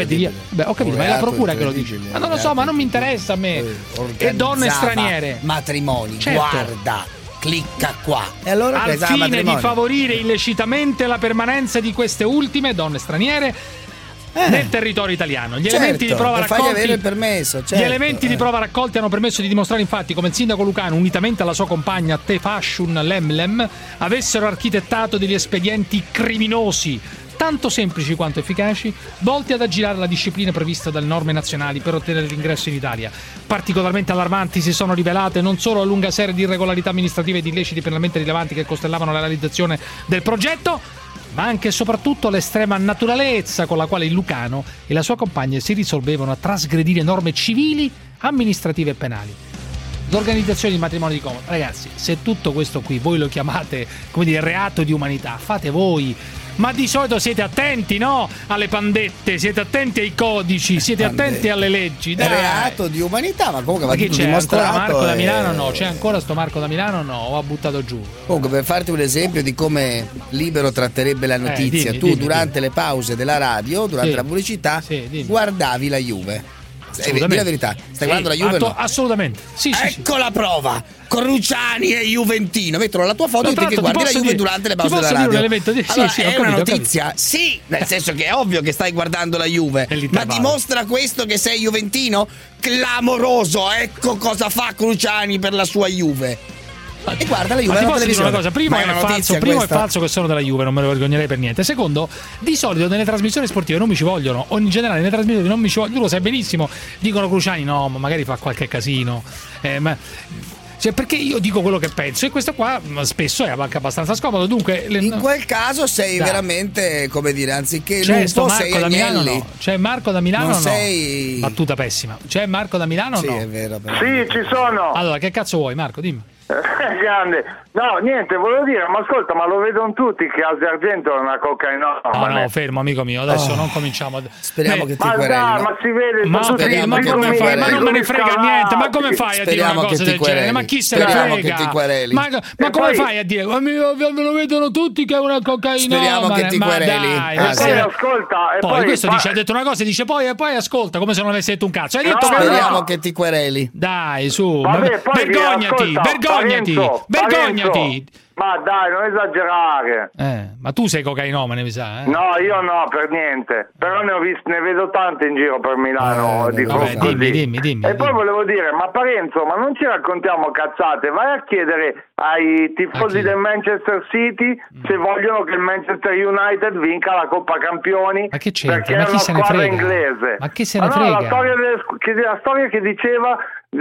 ho capito, ma è la procura che lo dice. Ma non lo so, ma non mi interessa a me. E donne straniere. Matrimoni, certo. Guarda, clicca qua. E allora al fine di favorire illecitamente la permanenza di queste ultime, donne straniere, nel territorio italiano. Gli elementi di prova raccolti, avere il permesso, gli elementi di prova raccolti hanno permesso di dimostrare infatti come il sindaco lucano, unitamente alla sua compagna Tefashun Lemlem, avessero architettato degli espedienti criminosi, tanto semplici quanto efficaci, volti ad aggirare la disciplina prevista dalle norme nazionali per ottenere l'ingresso in Italia. Particolarmente allarmanti si sono rivelate non solo la lunga serie di irregolarità amministrative ed illeciti penalmente rilevanti che costellavano la realizzazione del progetto, ma anche e soprattutto l'estrema naturalezza con la quale il lucano e la sua compagna si risolvevano a trasgredire norme civili, amministrative e penali. L'organizzazione di matrimoni di comodo. Ragazzi, se tutto questo qui voi lo chiamate, come dire, reato di umanità, fate voi. Ma di solito siete attenti, no? Alle pandette, siete attenti ai codici, siete attenti alle leggi. Dai. Reato di umanità, ma comunque va tutto c'è dimostrato. Ancora Marco da Milano? No, c'è ancora sto Marco da Milano? No, ho buttato giù. Comunque, per farti un esempio di come Libero tratterebbe la notizia, dimmi, durante le pause della radio, durante la pubblicità, guardavi la Juve. Dì la verità, stai guardando la Juve? No? Assolutamente. Ecco la prova. Cruciani e Juventino mettono la tua foto e te che guardi la Juve durante le pause della radio. Allora, è una notizia? Sì, nel senso che è ovvio che stai guardando la Juve, ma dimostra questo che sei juventino? Clamoroso, ecco cosa fa Cruciani per la sua Juve. E guarda la Juve. Ma ti posso dire una cosa? Primo è falso che sono della Juve, non me lo vergognerei per niente. Secondo, di solito nelle trasmissioni sportive non mi ci vogliono, o in generale nelle trasmissioni non mi ci vogliono. Tu lo sai benissimo. Dicono Cruciani, no, ma magari fa qualche casino. Cioè, perché io dico quello che penso e questo qua spesso è anche abbastanza scomodo. Dunque, in quel caso sei veramente, come dire, anziché c'è lupo sei da Milano, Agnelli. no? C'è Marco da Milano, non no? sei... Battuta pessima. C'è Marco da Milano, sì, no? È vero, però. Sì, ci sono. Allora, che cazzo vuoi, Marco? Dimmi. Grande. No, niente, volevo dire, ma ascolta, ma lo vedono tutti che Asi Argento è una cocaina. No, fermo, amico mio, adesso non cominciamo. Speriamo che ti ma quereli. Dai, ma si vede. Ma come fai? Ma non me ne frega niente. Ma come fai a dire una cosa del genere? Ma chi se ne frega? Ma come fai a dire? Ma lo vedono tutti che è una cocaina. Speriamo che ti quereli. Poi ascolta. Poi questo dice, ha detto una cosa e dice poi ascolta, come se non avesse detto un cazzo. Hai detto speriamo che ti quereli. Dai, su. Vergognati. Ma dai, non esagerare. Ma tu sei cocainomane, mi sa. No, io no, per niente. Però ne vedo tante in giro per Milano. Dimmi. E poi volevo dire, ma Parenzo, ma non ci raccontiamo cazzate. Vai a chiedere ai tifosi del Manchester City se vogliono che il Manchester United vinca la Coppa Campioni. Ma che c'entra? Perché è una squadra inglese. Ma che se ne frega? La storia che diceva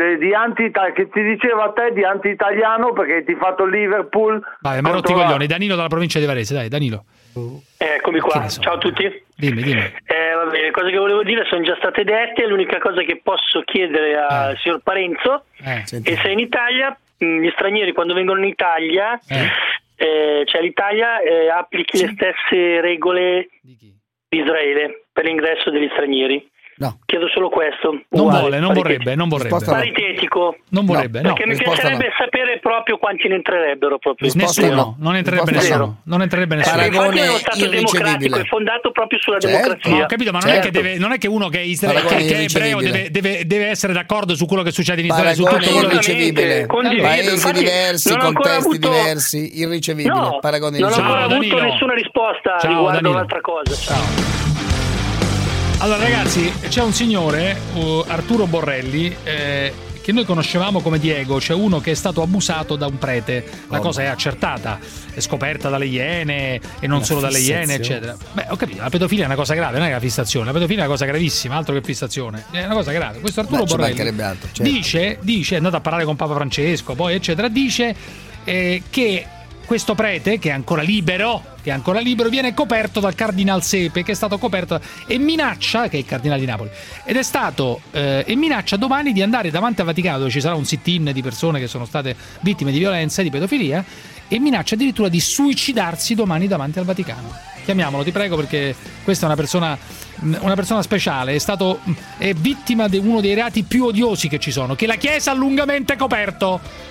che ti diceva a te di anti-italiano perché hai tifato Liverpool. Vabbè, ma rotti i coglioni. Danilo dalla provincia di Varese, dai, Danilo. Eccomi qua, ciao a tutti. Dimmi. Vabbè, le cose che volevo dire sono già state dette. L'unica cosa che posso chiedere al signor Parenzo è se in Italia gli stranieri quando vengono in Italia cioè l'Italia applichi le stesse regole di Israele per l'ingresso degli stranieri. No. Chiedo solo questo. Non vorrebbe. Paritetico. Non vorrebbe, no. Perché mi piacerebbe sapere proprio quanti ne entrerebbero proprio. Nessuno, non entrerebbe nessuno. Non entrerebbe nessuno. Paragone è uno Stato democratico, è fondato proprio sulla democrazia. No, ho capito, ma non è che uno che è ebreo deve essere d'accordo su quello che succede in Israele, su tutto quello irricevibile. Paesi diversi, contesti diversi, irricevibile. Paragone non ho ancora avuto nessuna risposta riguardo un'altra cosa. Ciao. Allora ragazzi, c'è un signore, Arturo Borrelli, che noi conoscevamo come Diego, c'è uno che è stato abusato da un prete, la cosa è accertata, è scoperta dalle Iene e non solo dalle Iene, eccetera. Beh, ho capito, la pedofilia è una cosa grave, non è la fissazione, la pedofilia è una cosa gravissima, altro che fissazione, è una cosa grave. Questo Arturo Borrelli altro, certo. dice, è andato a parlare con Papa Francesco, poi eccetera, dice che questo prete, che è ancora libero, viene coperto dal Cardinal Sepe, che è stato coperto e minaccia, che è il Cardinale di Napoli, ed è stato e minaccia domani di andare davanti al Vaticano, dove ci sarà un sit-in di persone che sono state vittime di violenza e di pedofilia, e minaccia addirittura di suicidarsi domani davanti al Vaticano. Chiamiamolo, ti prego, perché questa è una persona speciale, è vittima di uno dei reati più odiosi che ci sono, che la Chiesa ha lungamente coperto.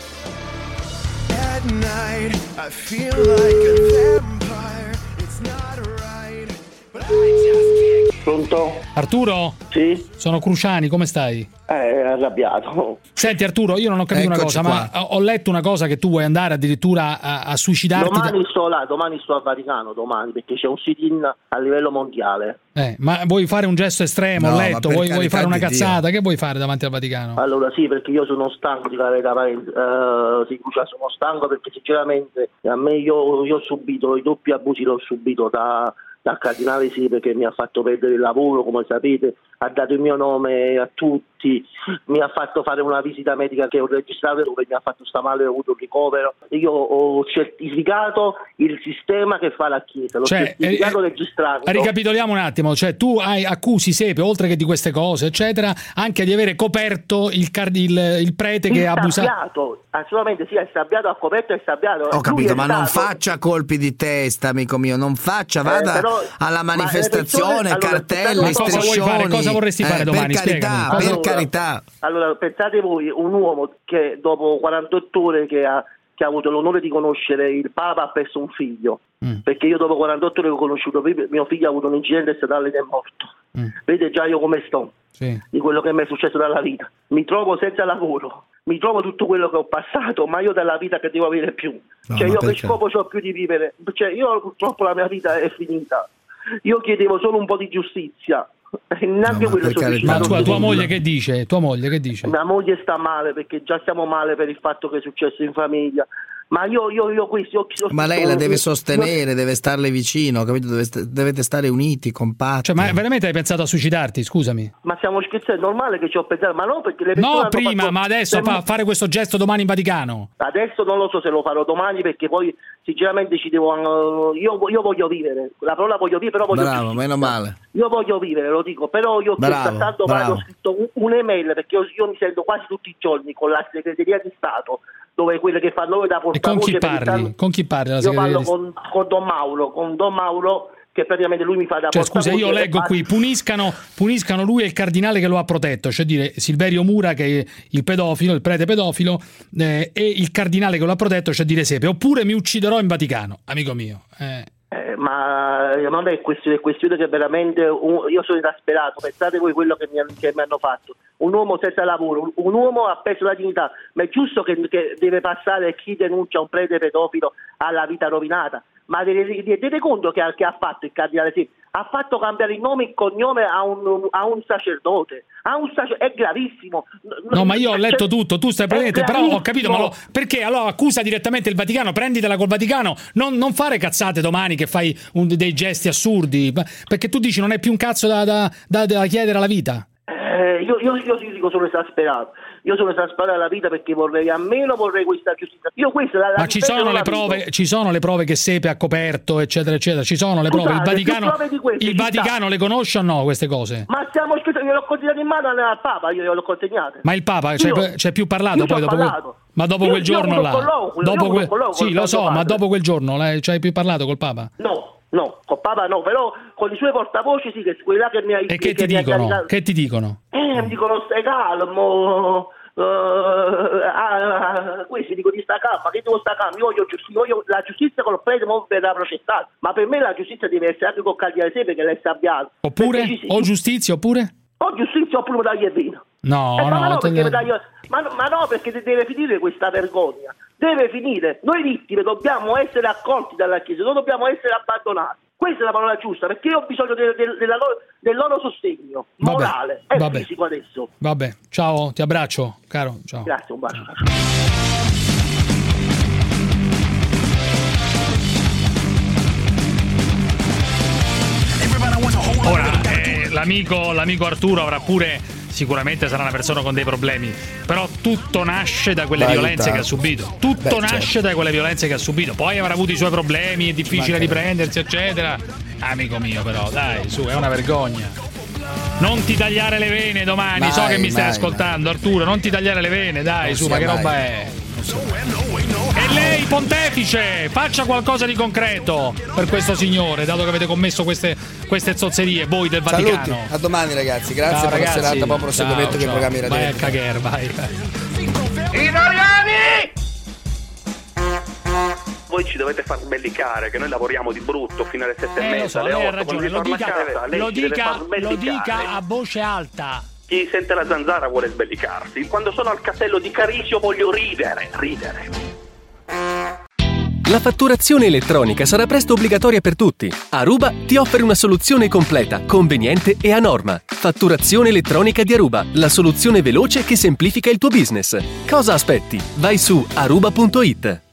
I feel like a vampire. It's not right, but I just can't. Pronto? Arturo? Sì? Sono Cruciani, come stai? Arrabbiato. Senti Arturo, io non ho capito una cosa, ma ho letto una cosa che tu vuoi andare addirittura a suicidarti. Domani sto al Vaticano, perché c'è un sit-in a livello mondiale. Ma vuoi fare un gesto estremo? Ho letto, vuoi fare una cazzata? Dio. Che vuoi fare davanti al Vaticano? Allora sì, perché io sono stanco di fare sono stanco perché sinceramente a me io ho subito i doppi abusi, l'ho subito dal Cardinale Sepe, che mi ha fatto perdere il lavoro, come sapete, ha dato il mio nome a tutti, mi ha fatto fare una visita medica che ho registrato dove mi ha fatto sta male, ho avuto un ricovero. Io ho certificato il sistema che fa la Chiesa, l'ho certificato registrato. Ricapitoliamo un attimo, cioè tu accusi Sepe, oltre che di queste cose eccetera, anche di avere coperto il prete che ha abusato. Assolutamente sì, è sabbiato, ha coperto, è sabbiato. Ho capito, ma non faccia colpi di testa, amico mio, non faccia, vada alla manifestazione, cartelli, striscioni. Cosa vorresti fare domani? Per carità. Allora, pensate voi, un uomo che dopo 48 ore che ha avuto l'onore di conoscere il Papa ha perso un figlio, perché io dopo 48 ore ho conosciuto mio figlio, ha avuto un incidente stradale ed è morto. Vedete già io come sto, di quello che mi è successo dalla vita. Mi trovo senza lavoro, mi trovo tutto quello che ho passato, ma io della vita che devo avere più. Io che scopo ho più di vivere? Io purtroppo la mia vita è finita. Io chiedevo solo un po' di giustizia, Neanche quello sono riuscito. Ma tua moglie che dice? Tua moglie che dice? Mia moglie sta male perché già stiamo male per il fatto che è successo in famiglia. Ma io ma lei la deve sostenere, deve starle vicino, capito? Dovete stare uniti, compatti. Cioè, ma veramente hai pensato a suicidarti? Scusami. Ma stiamo scherzando, è normale che ci ho pensato, ma no perché le persone no prima, fatto... ma adesso fare questo gesto domani in Vaticano. Adesso non lo so se lo farò domani perché poi sinceramente ci devo io voglio vivere. La parola voglio vivere, però voglio bravo, meno male. Io voglio vivere, lo dico, però io ho scritto un'email perché io mi sento quasi tutti i giorni con la segreteria di Stato, dove quelle che fanno da portavoce. E con chi parli? Con chi parli? Io parlo con Don Mauro, che praticamente lui mi fa da portavoce. Scusa, io leggo qui, puniscano lui e il cardinale che lo ha protetto, cioè dire Silverio Mura che è il pedofilo, il prete pedofilo, e il cardinale che lo ha protetto, cioè dire Sepe, oppure mi ucciderò in Vaticano, amico mio. Ma non è questione che veramente io sono esasperato. Pensate voi quello che mi hanno fatto. Un uomo senza lavoro, un uomo ha perso la dignità, ma è giusto che deve passare chi denuncia un prete pedofilo alla vita rovinata. Ma tenete conto che ha fatto il cardinale Sepe? Ha fatto cambiare il nome e il cognome a un sacerdote. È gravissimo. No, ma io ho letto tutto, tu stai presente, però ho capito, ma perché allora accusa direttamente il Vaticano, prenditela col Vaticano, non fare cazzate domani che fai dei gesti assurdi, perché tu dici non è più un cazzo da chiedere alla vita. Io ti dico, sono esasperato. Io sono esasperato alla vita perché vorrei questa giustizia. Ma ci sono le prove che Sepe ha coperto, eccetera, eccetera. Ci sono le prove. Il Vaticano le conosce o no queste cose? Ma stiamo scherzando, gliel'ho consegnato in mano al Papa, io gliel'ho consegnate. Ma il Papa c'è più parlato poi dopo ma dopo quel giorno là. Sì, lo so, ma dopo quel giorno c'hai più parlato col Papa? No, col Papa no, però con i suoi portavoci sì, che quelli là che mi ha... E che ti dicono? Che ti dicono? Mi dicono stai calmo, questi dico di sta calma, che devo sta calmo, io voglio la giustizia con il prete verrà processato, ma per me la giustizia deve essere anche con Cardinale Sepe che l'è sabbiato. Oppure? O giustizia oppure? O giustizia oppure dagli il vino. No, perché deve finire questa vergogna. Deve finire. Noi vittime dobbiamo essere accolti dalla Chiesa, non dobbiamo essere abbandonati. Questa è la parola giusta, perché io ho bisogno del loro sostegno morale e fisico adesso. Vabbè, ciao, ti abbraccio, caro. Ciao. Grazie, un bacio. Ora, l'amico Arturo avrà pure... Sicuramente sarà una persona con dei problemi, però tutto nasce da quelle violenze che ha subito. Da quelle violenze che ha subito. Poi avrà avuto i suoi problemi, è difficile riprendersi, eccetera. Amico mio, però, dai, su, è una vergogna. Non ti tagliare le vene domani, so che mi stai ascoltando, Arturo, non ti tagliare le vene, dai, su, ma che roba è? Non so. E lei, pontefice, faccia qualcosa di concreto per questo signore, dato che avete commesso queste zozzerie, voi del Vaticano. Saluti, a domani ragazzi, grazie per la serata, buon proseguimento che programmi radio. Vai a cagare, vai. Italiani! Voi ci dovete far sbellicare, che noi lavoriamo di brutto fino alle 7:30, alle 8. Lo dica a voce alta. Chi sente la zanzara vuole sbellicarsi. Quando sono al castello di Carisio voglio ridere. La fatturazione elettronica sarà presto obbligatoria per tutti. Aruba ti offre una soluzione completa, conveniente e a norma. Fatturazione elettronica di Aruba, la soluzione veloce che semplifica il tuo business. Cosa aspetti? Vai su aruba.it.